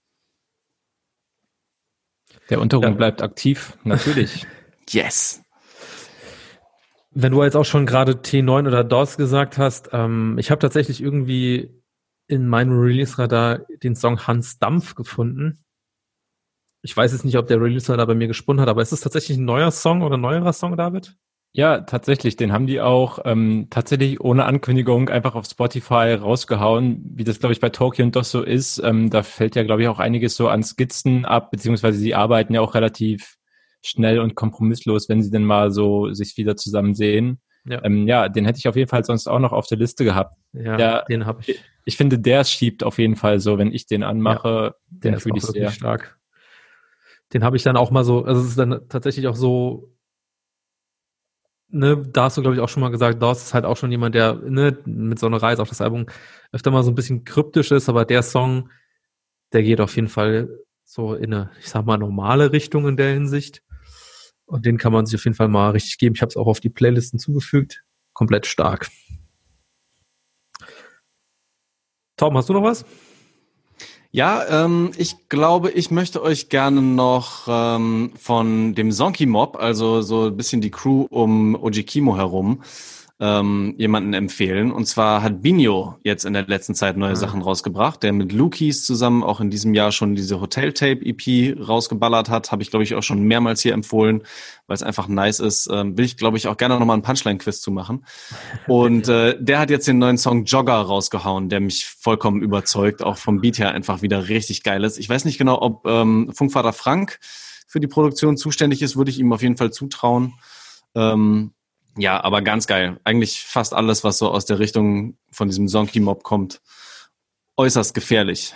Der Untergrund ja. bleibt aktiv, natürlich. Yes. Wenn du jetzt auch schon gerade T neun oder D O S gesagt hast, ähm, ich habe tatsächlich irgendwie in meinem Release-Radar den Song Hans Dampf gefunden. Ich weiß jetzt nicht, ob der Release-Radar bei mir gesponnen hat, aber ist es tatsächlich ein neuer Song oder ein neuerer Song, David? Ja, tatsächlich. Den haben die auch ähm, tatsächlich ohne Ankündigung einfach auf Spotify rausgehauen, wie das, glaube ich, bei Tokyo und D O S so ist. Ähm, da fällt ja, glaube ich, auch einiges so an Skizzen ab, beziehungsweise sie arbeiten ja auch relativ schnell und kompromisslos, wenn sie denn mal so sich wieder zusammen sehen. Ja. Ähm, ja, den hätte ich auf jeden Fall sonst auch noch auf der Liste gehabt. Ja, der, den habe ich. Ich finde, der schiebt auf jeden Fall so, wenn ich den anmache, ja, den fühle ich sehr stark. Den habe ich dann auch mal so, also es ist dann tatsächlich auch so, ne, da hast du, glaube ich, auch schon mal gesagt, D O S ist halt auch schon jemand, der, ne, mit so einer Reise auf das Album öfter mal so ein bisschen kryptisch ist, aber der Song, der geht auf jeden Fall so in eine, ich sag mal, normale Richtung in der Hinsicht. Und den kann man sich auf jeden Fall mal richtig geben. Ich habe es auch auf die Playlisten zugefügt. Komplett stark. Tom, hast du noch was? Ja, ähm, ich glaube, ich möchte euch gerne noch ähm, von dem Zonky Mob, also so ein bisschen die Crew um Oji Kimo herum, ähm, jemanden empfehlen. Und zwar hat Binho jetzt in der letzten Zeit neue Ah. Sachen rausgebracht, der mit Lukis zusammen auch in diesem Jahr schon diese Hotel-Tape-E P rausgeballert hat. Habe ich, glaube ich, auch schon mehrmals hier empfohlen, weil es einfach nice ist. Ähm, will ich, glaube ich, auch gerne nochmal einen Punchline-Quiz zu machen. Und äh, der hat jetzt den neuen Song Jogger rausgehauen, der mich vollkommen überzeugt, auch vom Beat her einfach wieder richtig geil ist. Ich weiß nicht genau, ob ähm, Funkvater Frank für die Produktion zuständig ist, würde ich ihm auf jeden Fall zutrauen. Ähm, ja, aber ganz geil. Eigentlich fast alles, was so aus der Richtung von diesem Zonky-Mob kommt, äußerst gefährlich.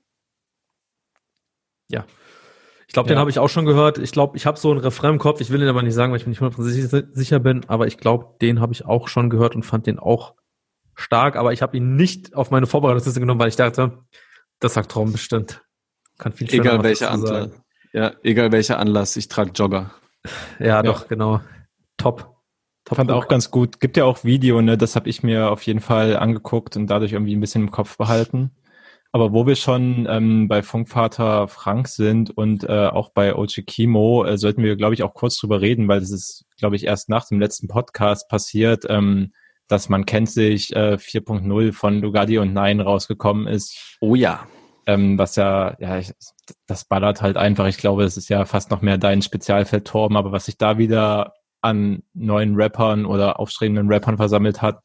Ja. Ich glaube, Ja. den habe ich auch schon gehört. Ich glaube, ich habe so einen Refrain im Kopf. Ich will den aber nicht sagen, weil ich mir nicht hundertprozentig sicher bin. Aber ich glaube, den habe ich auch schon gehört und fand den auch stark. Aber ich habe ihn nicht auf meine Vorbereitungsliste genommen, weil ich dachte, das sagt Traum bestimmt. Kann viel schöner Egal was welcher dazu Anlass. sagen. Ja, egal welcher Anlass, ich trage Jogger. Ja, doch, genau. Top. Top. Fand auch ganz gut. Gibt ja auch Video, ne? Das habe ich mir auf jeden Fall angeguckt und dadurch irgendwie ein bisschen im Kopf behalten. Aber wo wir schon ähm, bei Funkvater Frank sind und äh, auch bei O G Kimo, äh, sollten wir, glaube ich, auch kurz drüber reden, weil das ist, glaube ich, erst nach dem letzten Podcast passiert, ähm, dass man kennt sich äh, vier Punkt null von Lugardi und Nein rausgekommen ist. Oh ja. Ähm, was ja, ja, ich, das ballert halt einfach. Ich glaube, das ist ja fast noch mehr dein Spezialfeld, Torben, aber was sich da wieder an neuen Rappern oder aufstrebenden Rappern versammelt hat,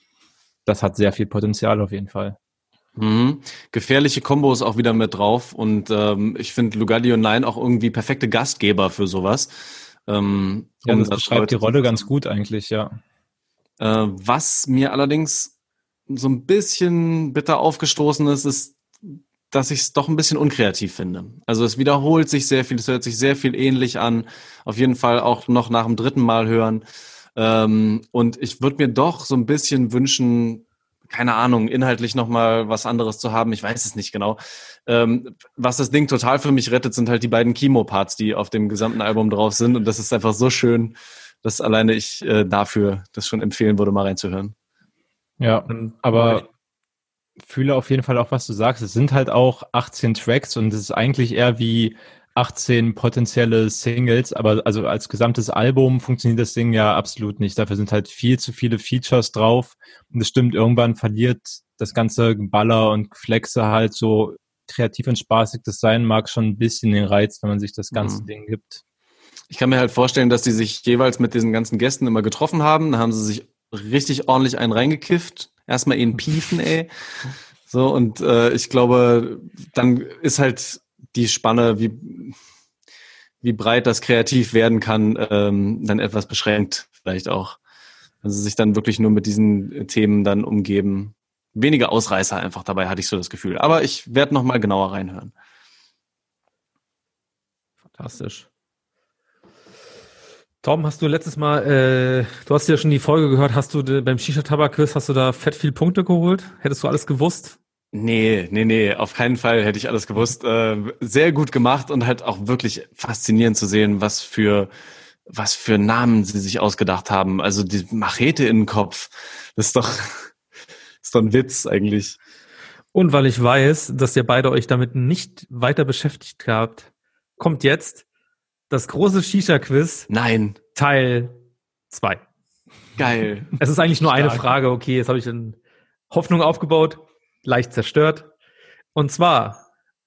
das hat sehr viel Potenzial auf jeden Fall. Mhm. Gefährliche Kombos auch wieder mit drauf und ähm, ich finde Lugardi und Nein auch irgendwie perfekte Gastgeber für sowas. Ähm, Ja, um das das beschreibt die Leute Rolle zu- ganz gut eigentlich, ja. Äh, was mir allerdings so ein bisschen bitter aufgestoßen ist, ist, dass ich es doch ein bisschen unkreativ finde. Also es wiederholt sich sehr viel, es hört sich sehr viel ähnlich an. Auf jeden Fall auch noch nach dem dritten Mal hören. Ähm, und ich würde mir doch so ein bisschen wünschen, keine Ahnung, inhaltlich nochmal was anderes zu haben. Ich weiß es nicht genau. Ähm, was das Ding total für mich rettet, sind halt die beiden Chemo-Parts, die auf dem gesamten Album drauf sind. Und das ist einfach so schön, dass alleine ich äh, dafür das schon empfehlen würde, mal reinzuhören. Ja, aber fühle auf jeden Fall auch, was du sagst. Es sind halt auch achtzehn Tracks und es ist eigentlich eher wie achtzehn potenzielle Singles, aber also als gesamtes Album funktioniert das Ding ja absolut nicht. Dafür sind halt viel zu viele Features drauf und es stimmt, irgendwann verliert das ganze Baller und Flexe halt so kreativ und spaßig das sein mag, schon ein bisschen den Reiz, wenn man sich das ganze Mhm. Ding gibt. Ich kann mir halt vorstellen, dass die sich jeweils mit diesen ganzen Gästen immer getroffen haben. Dann haben sie sich richtig ordentlich einen reingekifft. Erstmal ihn piefen, ey. So, und äh, ich glaube, dann ist halt die Spanne, wie, wie breit das kreativ werden kann, ähm, dann etwas beschränkt vielleicht auch. Also sich dann wirklich nur mit diesen Themen dann umgeben. Weniger Ausreißer einfach dabei, hatte ich so das Gefühl. Aber ich werde noch mal genauer reinhören. Fantastisch. Tom, hast du letztes Mal, äh, du hast ja schon die Folge gehört, hast du de, beim Shisha-Tabak-Quiz, hast du da fett viel Punkte geholt? Hättest du alles gewusst? Nee, nee, nee, auf keinen Fall hätte ich alles gewusst. Äh, sehr gut gemacht und halt auch wirklich faszinierend zu sehen, was für, was für Namen sie sich ausgedacht haben. Also die Machete in den Kopf, das ist doch, ist doch ein Witz eigentlich. Und weil ich weiß, dass ihr beide euch damit nicht weiter beschäftigt habt, kommt jetzt das große Shisha-Quiz Nein, Teil zwei. geil. Es ist eigentlich nur eine Stark. Frage, okay, jetzt habe ich eine Hoffnung aufgebaut, leicht zerstört. Und zwar,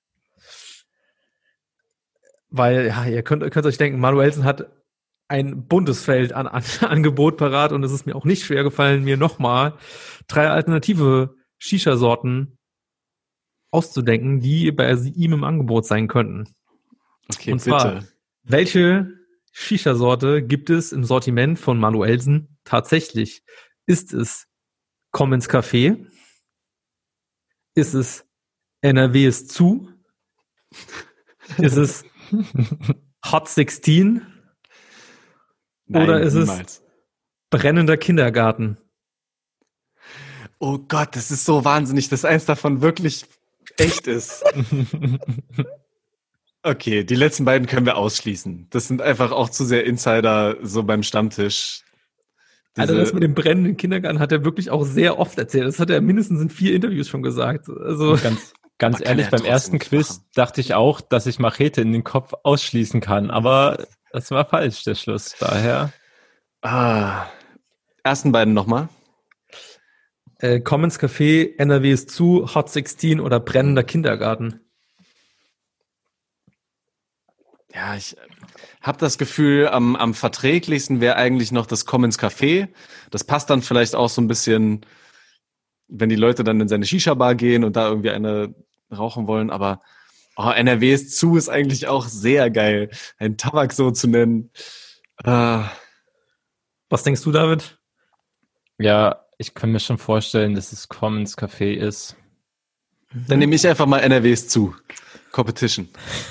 weil, ja, ihr könnt, ihr könnt euch denken, Manuelsen hat ein buntes Feld an, an Angebot parat und es ist mir auch nicht schwer gefallen, mir nochmal drei alternative Shisha-Sorten auszudenken, die bei ihm im Angebot sein könnten. Okay, Und zwar, bitte. welche Welche Shisha-Sorte gibt es im Sortiment von Manuelsen tatsächlich? Ist es Komm ins Café? Ist es N R W ist zu? Ist es Hot sechzehn? Oder ist es- niemals. Brennender Kindergarten? Oh Gott, das ist so wahnsinnig, dass eins davon wirklich echt ist. Okay, die letzten beiden können wir ausschließen. Das sind einfach auch zu sehr Insider so beim Stammtisch. Also Diese- das mit dem brennenden Kindergarten hat er wirklich auch sehr oft erzählt. Das hat er mindestens in vier Interviews schon gesagt. Also Und ganz, ganz Man kann ehrlich, ja beim trotzdem ersten nichts Quiz machen. dachte ich auch, dass ich Machete in den Kopf ausschließen kann, aber das war falsch, der Schluss. Daher, Ah, ersten beiden nochmal. Äh, Commons Café, N R W ist zu, Hot sechzehn oder brennender Kindergarten. Ja, ich habe das Gefühl, am, am verträglichsten wäre eigentlich noch das Commons Café. Das passt dann vielleicht auch so ein bisschen, wenn die Leute dann in seine Shisha-Bar gehen und da irgendwie eine rauchen wollen. Aber oh, N R W ist zu ist eigentlich auch sehr geil, einen Tabak so zu nennen. Äh, Was denkst du, David? Ja, ich kann mir schon vorstellen, dass es Commons Café ist. Dann nehme ich einfach mal N R W ist zu. Competition.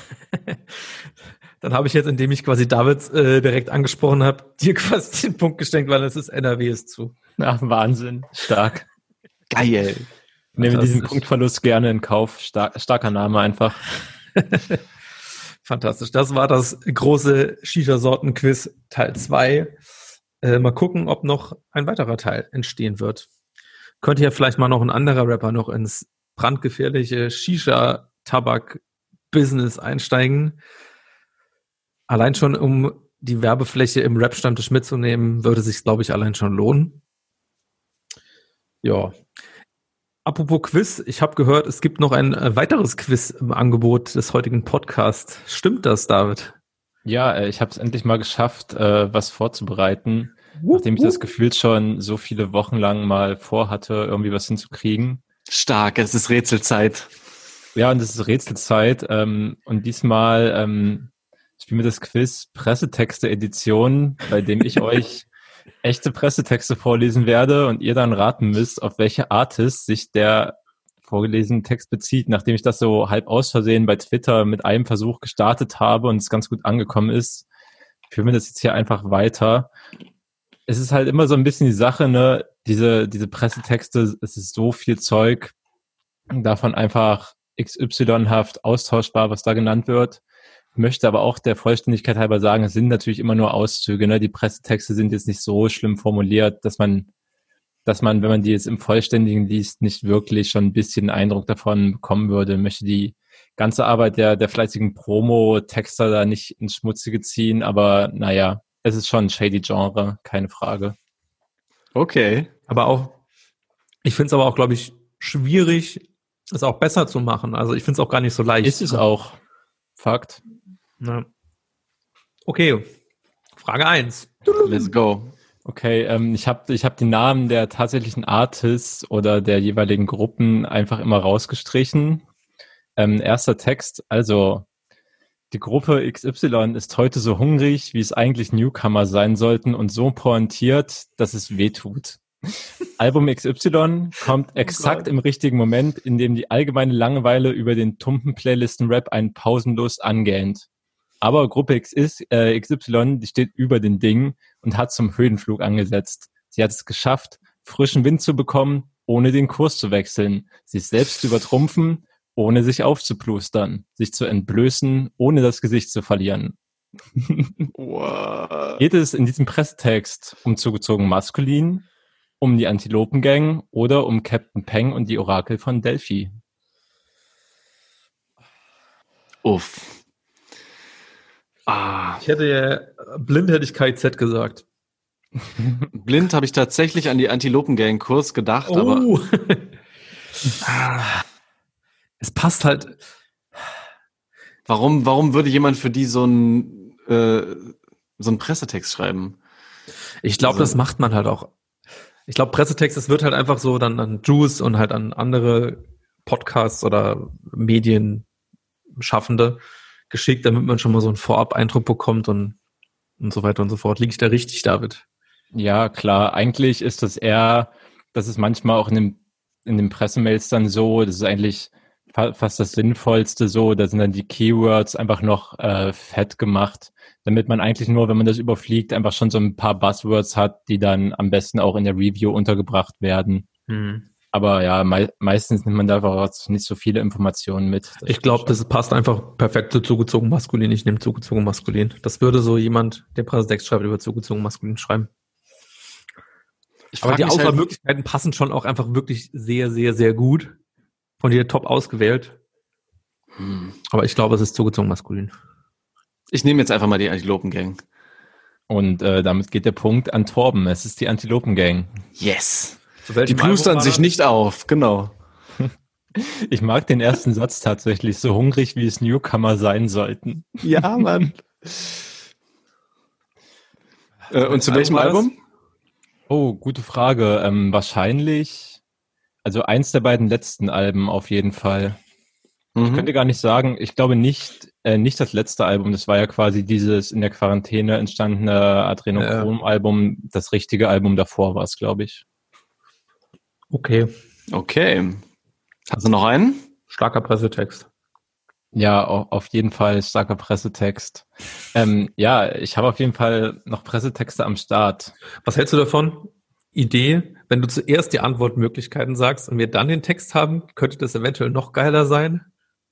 Dann habe ich jetzt, indem ich quasi David äh, direkt angesprochen habe, dir quasi den Punkt gestellt, weil es ist N R W ist zu. Ach, Wahnsinn. Stark. Geil. Nehme diesen Punktverlust gerne in Kauf. Star- starker Name einfach. Fantastisch. Das war das große Shisha-Sorten-Quiz Teil zwei. Äh, mal gucken, ob noch ein weiterer Teil entstehen wird. Könnte ja vielleicht mal noch ein anderer Rapper noch ins brandgefährliche Shisha-Tabak-Business einsteigen. Allein schon, um die Werbefläche im Rap-Stammtisch mitzunehmen, würde sich, glaube ich, allein schon lohnen. Ja. Apropos Quiz, ich habe gehört, es gibt noch ein äh, weiteres Quiz im Angebot des heutigen Podcasts. Stimmt das, David? Ja, äh, ich habe es endlich mal geschafft, äh, was vorzubereiten, wupp, nachdem ich wupp. das Gefühl schon so viele Wochen lang mal vorhatte, irgendwie was hinzukriegen. Stark, es ist Rätselzeit. Ja, und es ist Rätselzeit. Ähm, und diesmal ähm, spielen wir das Quiz Pressetexte-Edition, bei dem ich euch echte Pressetexte vorlesen werde und ihr dann raten müsst, auf welche Artist sich der vorgelesene Text bezieht. Nachdem ich das so halb aus Versehen bei Twitter mit einem Versuch gestartet habe und es ganz gut angekommen ist, führen wir das jetzt hier einfach weiter. Es ist halt immer so ein bisschen die Sache, ne, diese, diese Pressetexte, es ist so viel Zeug, davon einfach X Y-haft austauschbar, was da genannt wird. Möchte aber auch der Vollständigkeit halber sagen, es sind natürlich immer nur Auszüge, ne? Die Pressetexte sind jetzt nicht so schlimm formuliert, dass man, dass man, wenn man die jetzt im Vollständigen liest, nicht wirklich schon ein bisschen Eindruck davon bekommen würde. Möchte die ganze Arbeit der, der fleißigen Promo-Texter da nicht ins Schmutzige ziehen, aber naja, es ist schon ein shady Genre, keine Frage. Okay. Aber auch, ich finde es aber auch, glaube ich, schwierig, es auch besser zu machen. Also ich finde es auch gar nicht so leicht. Ist es auch. Fakt. Ja. Okay, Frage eins. Let's go. Okay, ähm, ich habe ich hab die Namen der tatsächlichen Artists oder der jeweiligen Gruppen einfach immer rausgestrichen. Ähm, erster Text, also die Gruppe X Y ist heute so hungrig, wie es eigentlich Newcomer sein sollten und so pointiert, dass es wehtut. Album X Y kommt exakt oh im richtigen Moment, in dem die allgemeine Langeweile über den tumpen Playlisten-Rap einen pausenlos angähnt. Aber Gruppe X ist, äh, X Y, die steht über den Dingen und hat zum Höhenflug angesetzt. Sie hat es geschafft, frischen Wind zu bekommen, ohne den Kurs zu wechseln, sich selbst zu übertrumpfen, ohne sich aufzuplustern, sich zu entblößen, ohne das Gesicht zu verlieren. Wow. Geht es in diesem Presstext um zugezogen maskulin, um die Antilopengang oder um Captain Peng und die Orakel von Delphi? Uff. Ah. Ich hätte ja, blind hätte ich K I Z gesagt. Blind habe ich tatsächlich an die Antilopengang kurz gedacht, oh. aber es passt halt. Warum, warum würde jemand für die so einen äh, so einen Pressetext schreiben? Ich glaube, also, das macht man halt auch. Ich glaube, Pressetext, das wird halt einfach so dann an Juice und halt an andere Podcasts oder Medienschaffende geschickt, damit man schon mal so einen Vorab-Eindruck bekommt und, und so weiter und so fort. Liege ich da richtig, David? Ja, klar. Eigentlich ist das eher, das ist manchmal auch in dem, in den Pressemails dann so, das ist eigentlich fa- fast das Sinnvollste so, da sind dann die Keywords einfach noch äh, fett gemacht, damit man eigentlich nur, wenn man das überfliegt, einfach schon so ein paar Buzzwords hat, die dann am besten auch in der Review untergebracht werden. Hm. Aber ja, me- meistens nimmt man da einfach nicht so viele Informationen mit. Das ich glaube, das passt einfach perfekt zu zugezogen maskulin. Ich nehme zugezogen maskulin. Das würde so jemand, der Pressetext schreibt, über zugezogen maskulin schreiben. Aber die Auswahlmöglichkeiten halt passen schon auch einfach wirklich sehr, sehr, sehr gut. Von dir top ausgewählt. Hm. Aber ich glaube, es ist zugezogen maskulin. Ich nehme jetzt einfach mal die Antilopengang. Und äh, damit geht der Punkt an Torben. Es ist die Antilopen-Gang. Yes. Zu welchem Die plustern Album war sich das? nicht auf, genau. Ich mag den ersten Satz tatsächlich, so hungrig wie es Newcomer sein sollten. Ja, Mann. äh, und zu Album welchem war das? Album? Oh, gute Frage. Ähm, wahrscheinlich, also eins der beiden letzten Alben auf jeden Fall. Ich Mhm. könnte gar nicht sagen, ich glaube nicht, äh, nicht das letzte Album, das war ja quasi dieses in der Quarantäne entstandene Adrenochrom-Album, das richtige Album davor war es, glaube ich. Okay, Okay. Hast du noch einen? starker Pressetext. Ja, au- auf jeden Fall starker Pressetext. Ähm, ja, ich habe auf jeden Fall noch Pressetexte am Start. Was hältst du davon? Idee, wenn du zuerst die Antwortmöglichkeiten sagst und wir dann den Text haben, könnte das eventuell noch geiler sein?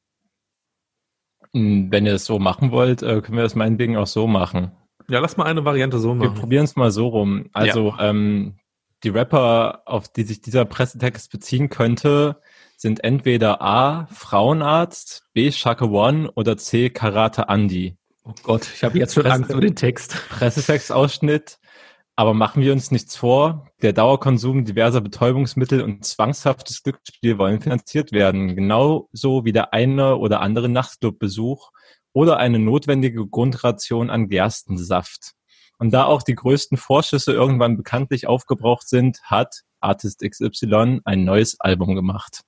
Hm, Wenn ihr es so machen wollt, äh, können wir das meinetwegen auch so machen. Ja, lass mal eine Variante so Wir machen. probieren es mal so rum. Also ähm, die Rapper, auf die sich dieser Pressetext beziehen könnte, sind entweder A, Frauenarzt, B, Shaka One oder C, Karate Andy. Oh Gott, ich habe jetzt schon Presse- Angst vor den Text. Pressetextausschnitt. Aber machen wir uns nichts vor, der Dauerkonsum diverser Betäubungsmittel und zwangshaftes Glücksspiel wollen finanziert werden. Genauso wie der eine oder andere Nachtclubbesuch oder eine notwendige Grundration an Gerstensaft. Und da auch die größten Vorschüsse irgendwann bekanntlich aufgebraucht sind, hat Artist X Y ein neues Album gemacht.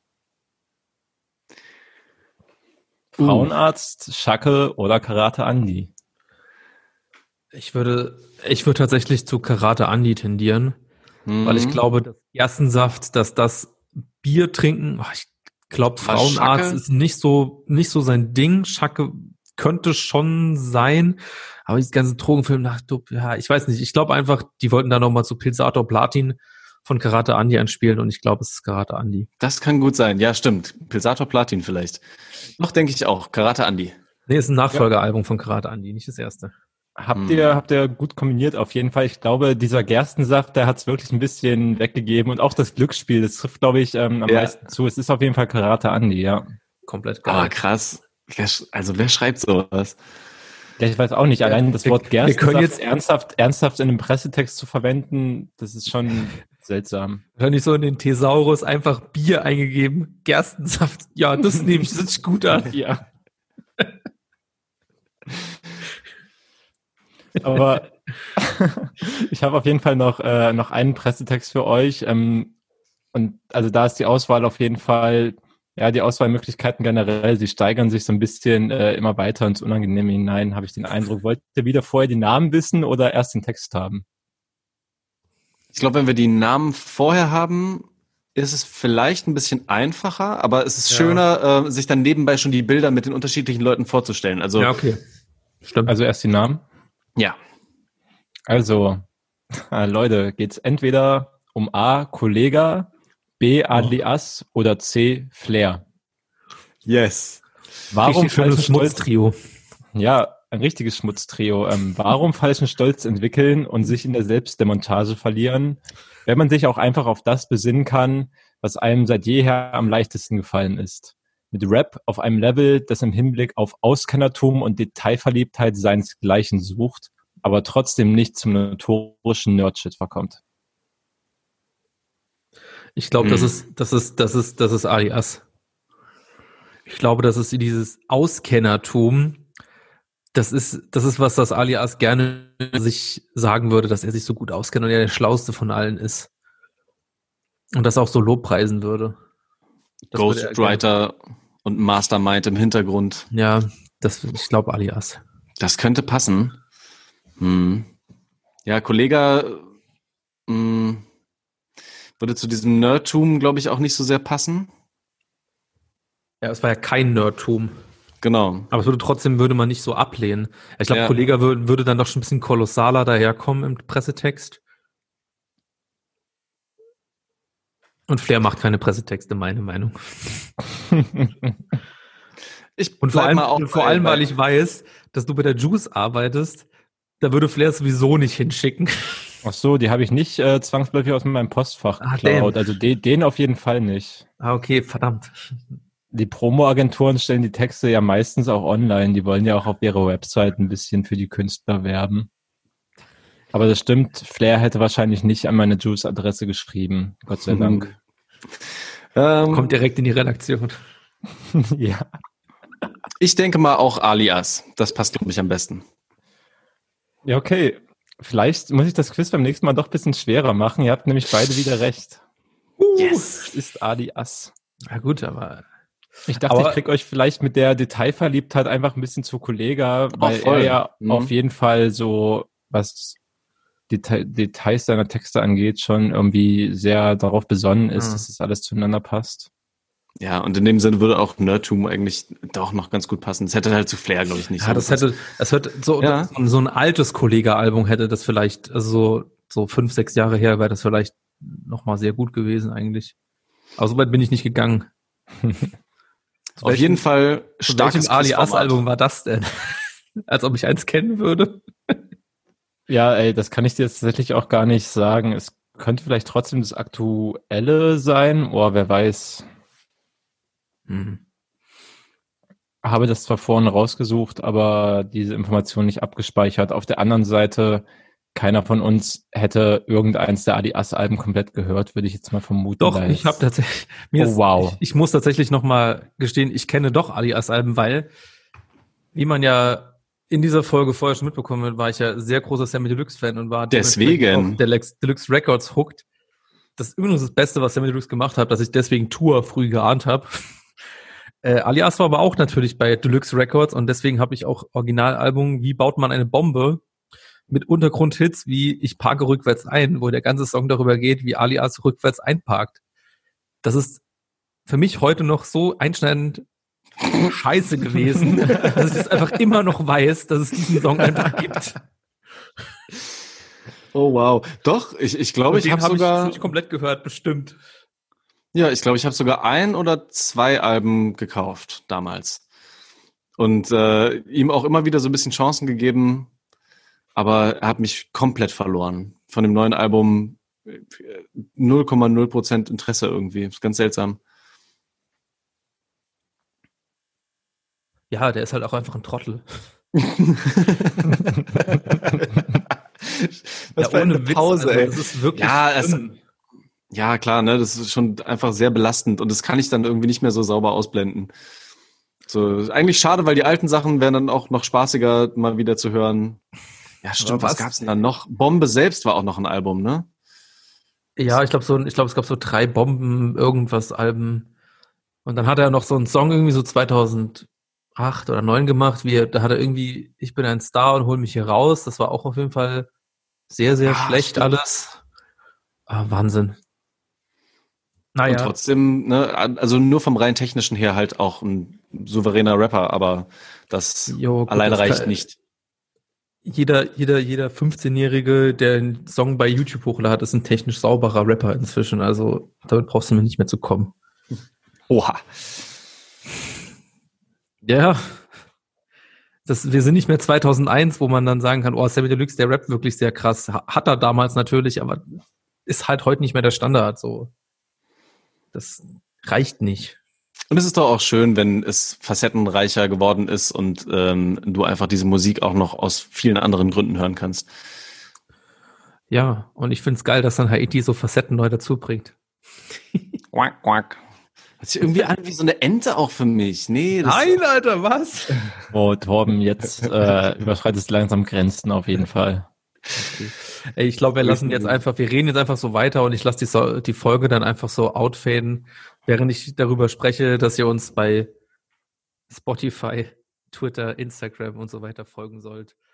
Uh. Frauenarzt, Schacke oder Karate Andy. Ich würde, ich würde tatsächlich zu Karate Andy tendieren, Mhm. weil ich glaube, dass Gerstensaft, dass das Bier trinken, oh, ich glaube, War Frauenarzt Schacke? ist nicht so, nicht so sein Ding. Schacke könnte schon sein, aber dieses ganze Drogenfilm nach, ja, ich weiß nicht. Ich glaube einfach, die wollten da nochmal zu Pilsator Platin von Karate Andy anspielen und ich glaube, es ist Karate Andy. Das kann gut sein. Ja, stimmt. Pilsator Platin vielleicht. Noch denke ich auch. Karate Andy. Nee, ist ein Nachfolgealbum von Karate Andy, nicht das erste. Habt Hm. ihr, habt ihr gut kombiniert auf jeden Fall. Ich glaube, dieser Gerstensaft, der hat es wirklich ein bisschen weggegeben und auch das Glücksspiel, das trifft, glaube ich, ähm, am Ja. meisten zu. Es ist auf jeden Fall Karate Andy, ja. Komplett Ah, geil. krass. Wer, sch- also wer schreibt sowas? Ja, ich weiß auch nicht, allein das wir- Wort wir Gerstensaft können jetzt- ernsthaft, ernsthaft in einem Pressetext zu verwenden, das ist schon seltsam. Wahrscheinlich so in den Thesaurus einfach Bier eingegeben. Gerstensaft. Ja, das nehme ich, das hört sich gut an. Ja. Aber ich habe auf jeden Fall noch, äh, noch einen Pressetext für euch. Ähm, und also da ist die Auswahl auf jeden Fall, ja, die Auswahlmöglichkeiten generell, sie steigern sich so ein bisschen äh, immer weiter ins Unangenehme hinein, habe ich den Eindruck. Wollt ihr wieder vorher die Namen wissen oder erst den Text haben? Ich glaube, wenn wir die Namen vorher haben, ist es vielleicht ein bisschen einfacher, aber es ist Ja. schöner, äh, sich dann nebenbei schon die Bilder mit den unterschiedlichen Leuten vorzustellen. Also, Ja, ja. okay. Stimmt. Also erst die Namen. Also, äh, Leute, geht's entweder um A, Kollega, B, Alias oder C, Flair. Yes. Warum Richtig schönes falschen Stolz? Schmutztrio. Ja, ein richtiges Schmutztrio. Ähm, warum falschen Stolz entwickeln und sich in der Selbstdemontage verlieren, wenn man sich auch einfach auf das besinnen kann, was einem seit jeher am leichtesten gefallen ist? Mit Rap auf einem Level, das im Hinblick auf Auskennertum und Detailverliebtheit seinesgleichen sucht, aber trotzdem nicht zum notorischen Nerdshit verkommt. Ich glaube, das Hm. ist, das ist, das ist, das ist Alias. Ich glaube, das ist dieses Auskennertum. Das ist, das ist was, das Alias gerne sich sagen würde, dass er sich so gut auskennt und er der Schlauste von allen ist. Und das auch so lobpreisen würde. Das würde er Ghostwriter und Mastermind im Hintergrund. gerne- Ja, das, ich glaube Alias. Das könnte passen. Hm. Ja, Kollege hm, würde zu diesem Nerdtum, glaube ich, auch nicht so sehr passen. Ja, es war ja kein Nerdtum. Genau. Aber es würde trotzdem, würde man nicht so ablehnen. Ich glaube, Ja. Kollege würde, würde dann doch schon ein bisschen kolossaler daherkommen im Pressetext. Und Flair macht keine Pressetexte, meine Meinung. Ich Und vor bleib allem, mal auch und vor bei- allem, bei- weil ich weiß, dass du bei der Juice arbeitest, da würde Flair sowieso nicht hinschicken. Ach so, die habe ich nicht äh, zwangsläufig aus meinem Postfach Ah, geklaut. damn. Also de, den auf jeden Fall nicht. Ah, okay, verdammt. Die Promo-Agenturen stellen die Texte ja meistens auch online. Die wollen ja auch auf ihrer Website ein bisschen für die Künstler werben. Aber das stimmt, Flair hätte wahrscheinlich nicht an meine Juice-Adresse geschrieben, Gott sei Dank. Ähm, Kommt direkt in die Redaktion. Ja. Ich denke mal auch Alias. Das passt, glaube ich, am besten. Ja, okay. Vielleicht muss ich das Quiz beim nächsten Mal doch ein bisschen schwerer machen. Ihr habt nämlich beide wieder recht. Yes! Uh, ist Alias. Na gut, aber... Ich dachte, aber, ich krieg euch vielleicht mit der Detailverliebtheit einfach ein bisschen zu Kollega, weil voll. er ja mhm. auf jeden Fall so, was Deta- Details seiner Texte angeht, schon irgendwie sehr darauf besonnen ist, Mhm. dass das alles zueinander passt. Ja, und in dem Sinne würde auch Nerdtum eigentlich doch noch ganz gut passen. Das hätte halt zu Flair, glaube ich, nicht ja, so das gepasst. hätte, das hätte so, Ja. so, so ein altes Kollega-Album hätte das vielleicht, also so, so fünf, sechs Jahre her wäre das vielleicht nochmal sehr gut gewesen eigentlich. Aber so weit bin ich nicht gegangen. Auf welchem, jeden Fall starkes Welches Alias-Album war das denn? Als ob ich eins kennen würde. Ja, ey, das kann ich dir jetzt tatsächlich auch gar nicht sagen. Es könnte vielleicht trotzdem das Aktuelle sein. Oh, wer weiß. Hm. Habe das zwar vorhin rausgesucht, aber diese Information nicht abgespeichert. Auf der anderen Seite, keiner von uns hätte irgendeins der Alias-Alben komplett gehört, würde ich jetzt mal vermuten. Doch, ich habe tatsächlich, mir oh, ist, wow. ich, ich muss tatsächlich nochmal gestehen, ich kenne doch Alias-Alben, weil, wie man ja in dieser Folge vorher schon mitbekommen hat, war ich ja sehr großer Sammy Deluxe-Fan und war deswegen auf Deluxe, Deluxe Records hooked. Das ist übrigens das Beste, was Sammy Deluxe gemacht hat, dass ich deswegen Tour früh geahnt habe. Äh, Alias war aber auch natürlich bei Deluxe Records und deswegen habe ich auch Originalalbum Wie baut man eine Bombe mit Untergrundhits wie Ich parke rückwärts ein, wo der ganze Song darüber geht, wie Alias rückwärts einparkt. Das ist für mich heute noch so einschneidend scheiße gewesen, dass ich es einfach immer noch weiß, dass es diesen Song einfach gibt. Oh wow. Doch, ich, ich glaube, ich habe hab sogar... Ich komplett gehört, bestimmt. Ja, ich glaube, ich habe sogar ein oder zwei Alben gekauft damals. Und äh, ihm auch immer wieder so ein bisschen Chancen gegeben, aber er hat mich komplett verloren. Von dem neuen Album null Komma null Prozent Interesse irgendwie. Ist ganz seltsam. Ja, der ist halt auch einfach ein Trottel. Was ja, ohne eine Pause, Witz, also, ey. das ist wirklich ja, es, schlimm. ja, klar, ne, das ist schon einfach sehr belastend und das kann ich dann irgendwie nicht mehr so sauber ausblenden. So, ist eigentlich schade, weil die alten Sachen wären dann auch noch spaßiger mal wieder zu hören. Ja, stimmt, was, was gab's denn dann noch? Bombe selbst war auch noch ein Album, ne? Ja, ich glaube so, ich glaube es gab so drei Bomben irgendwas Alben und dann hat er noch so einen Song irgendwie so zweitausendacht oder neun gemacht, wie er, da hat er irgendwie Ich bin ein Star und hol mich hier raus. Das war auch auf jeden Fall sehr sehr ah, schlecht stimmt. alles. Ah, Wahnsinn. Naja. Und trotzdem, ne, also nur vom rein technischen her halt auch ein souveräner Rapper, aber das Jo, gut, alleine das reicht kann, nicht. Jeder, jeder, jeder fünfzehnjährige, der einen Song bei YouTube hochladet, ist ein technisch sauberer Rapper inzwischen. Also damit brauchst du mir nicht mehr zu kommen. Oha. Ja. Das, wir sind nicht mehr zweitausendeins, wo man dann sagen kann, oh, Sammy Deluxe, der rappt wirklich sehr krass. Hat er damals natürlich, aber ist halt heute nicht mehr der Standard. So, das reicht nicht. Und es ist doch auch schön, wenn es facettenreicher geworden ist und ähm, du einfach diese Musik auch noch aus vielen anderen Gründen hören kannst. Ja, und ich find's geil, dass dann Haiti so Facetten neu dazu bringt. Quack, quack. Hört sich irgendwie an wie so eine Ente auch für mich. Nee, das Nein, Alter, was? Oh, Torben, jetzt äh, überschreitest du langsam Grenzen auf jeden Fall. Okay. Ey, ich glaube, wir lassen jetzt einfach, wir reden jetzt einfach so weiter und ich lasse die, so, die Folge dann einfach so outfaden, während ich darüber spreche, dass ihr uns bei Spotify, Twitter, Instagram und so weiter folgen sollt.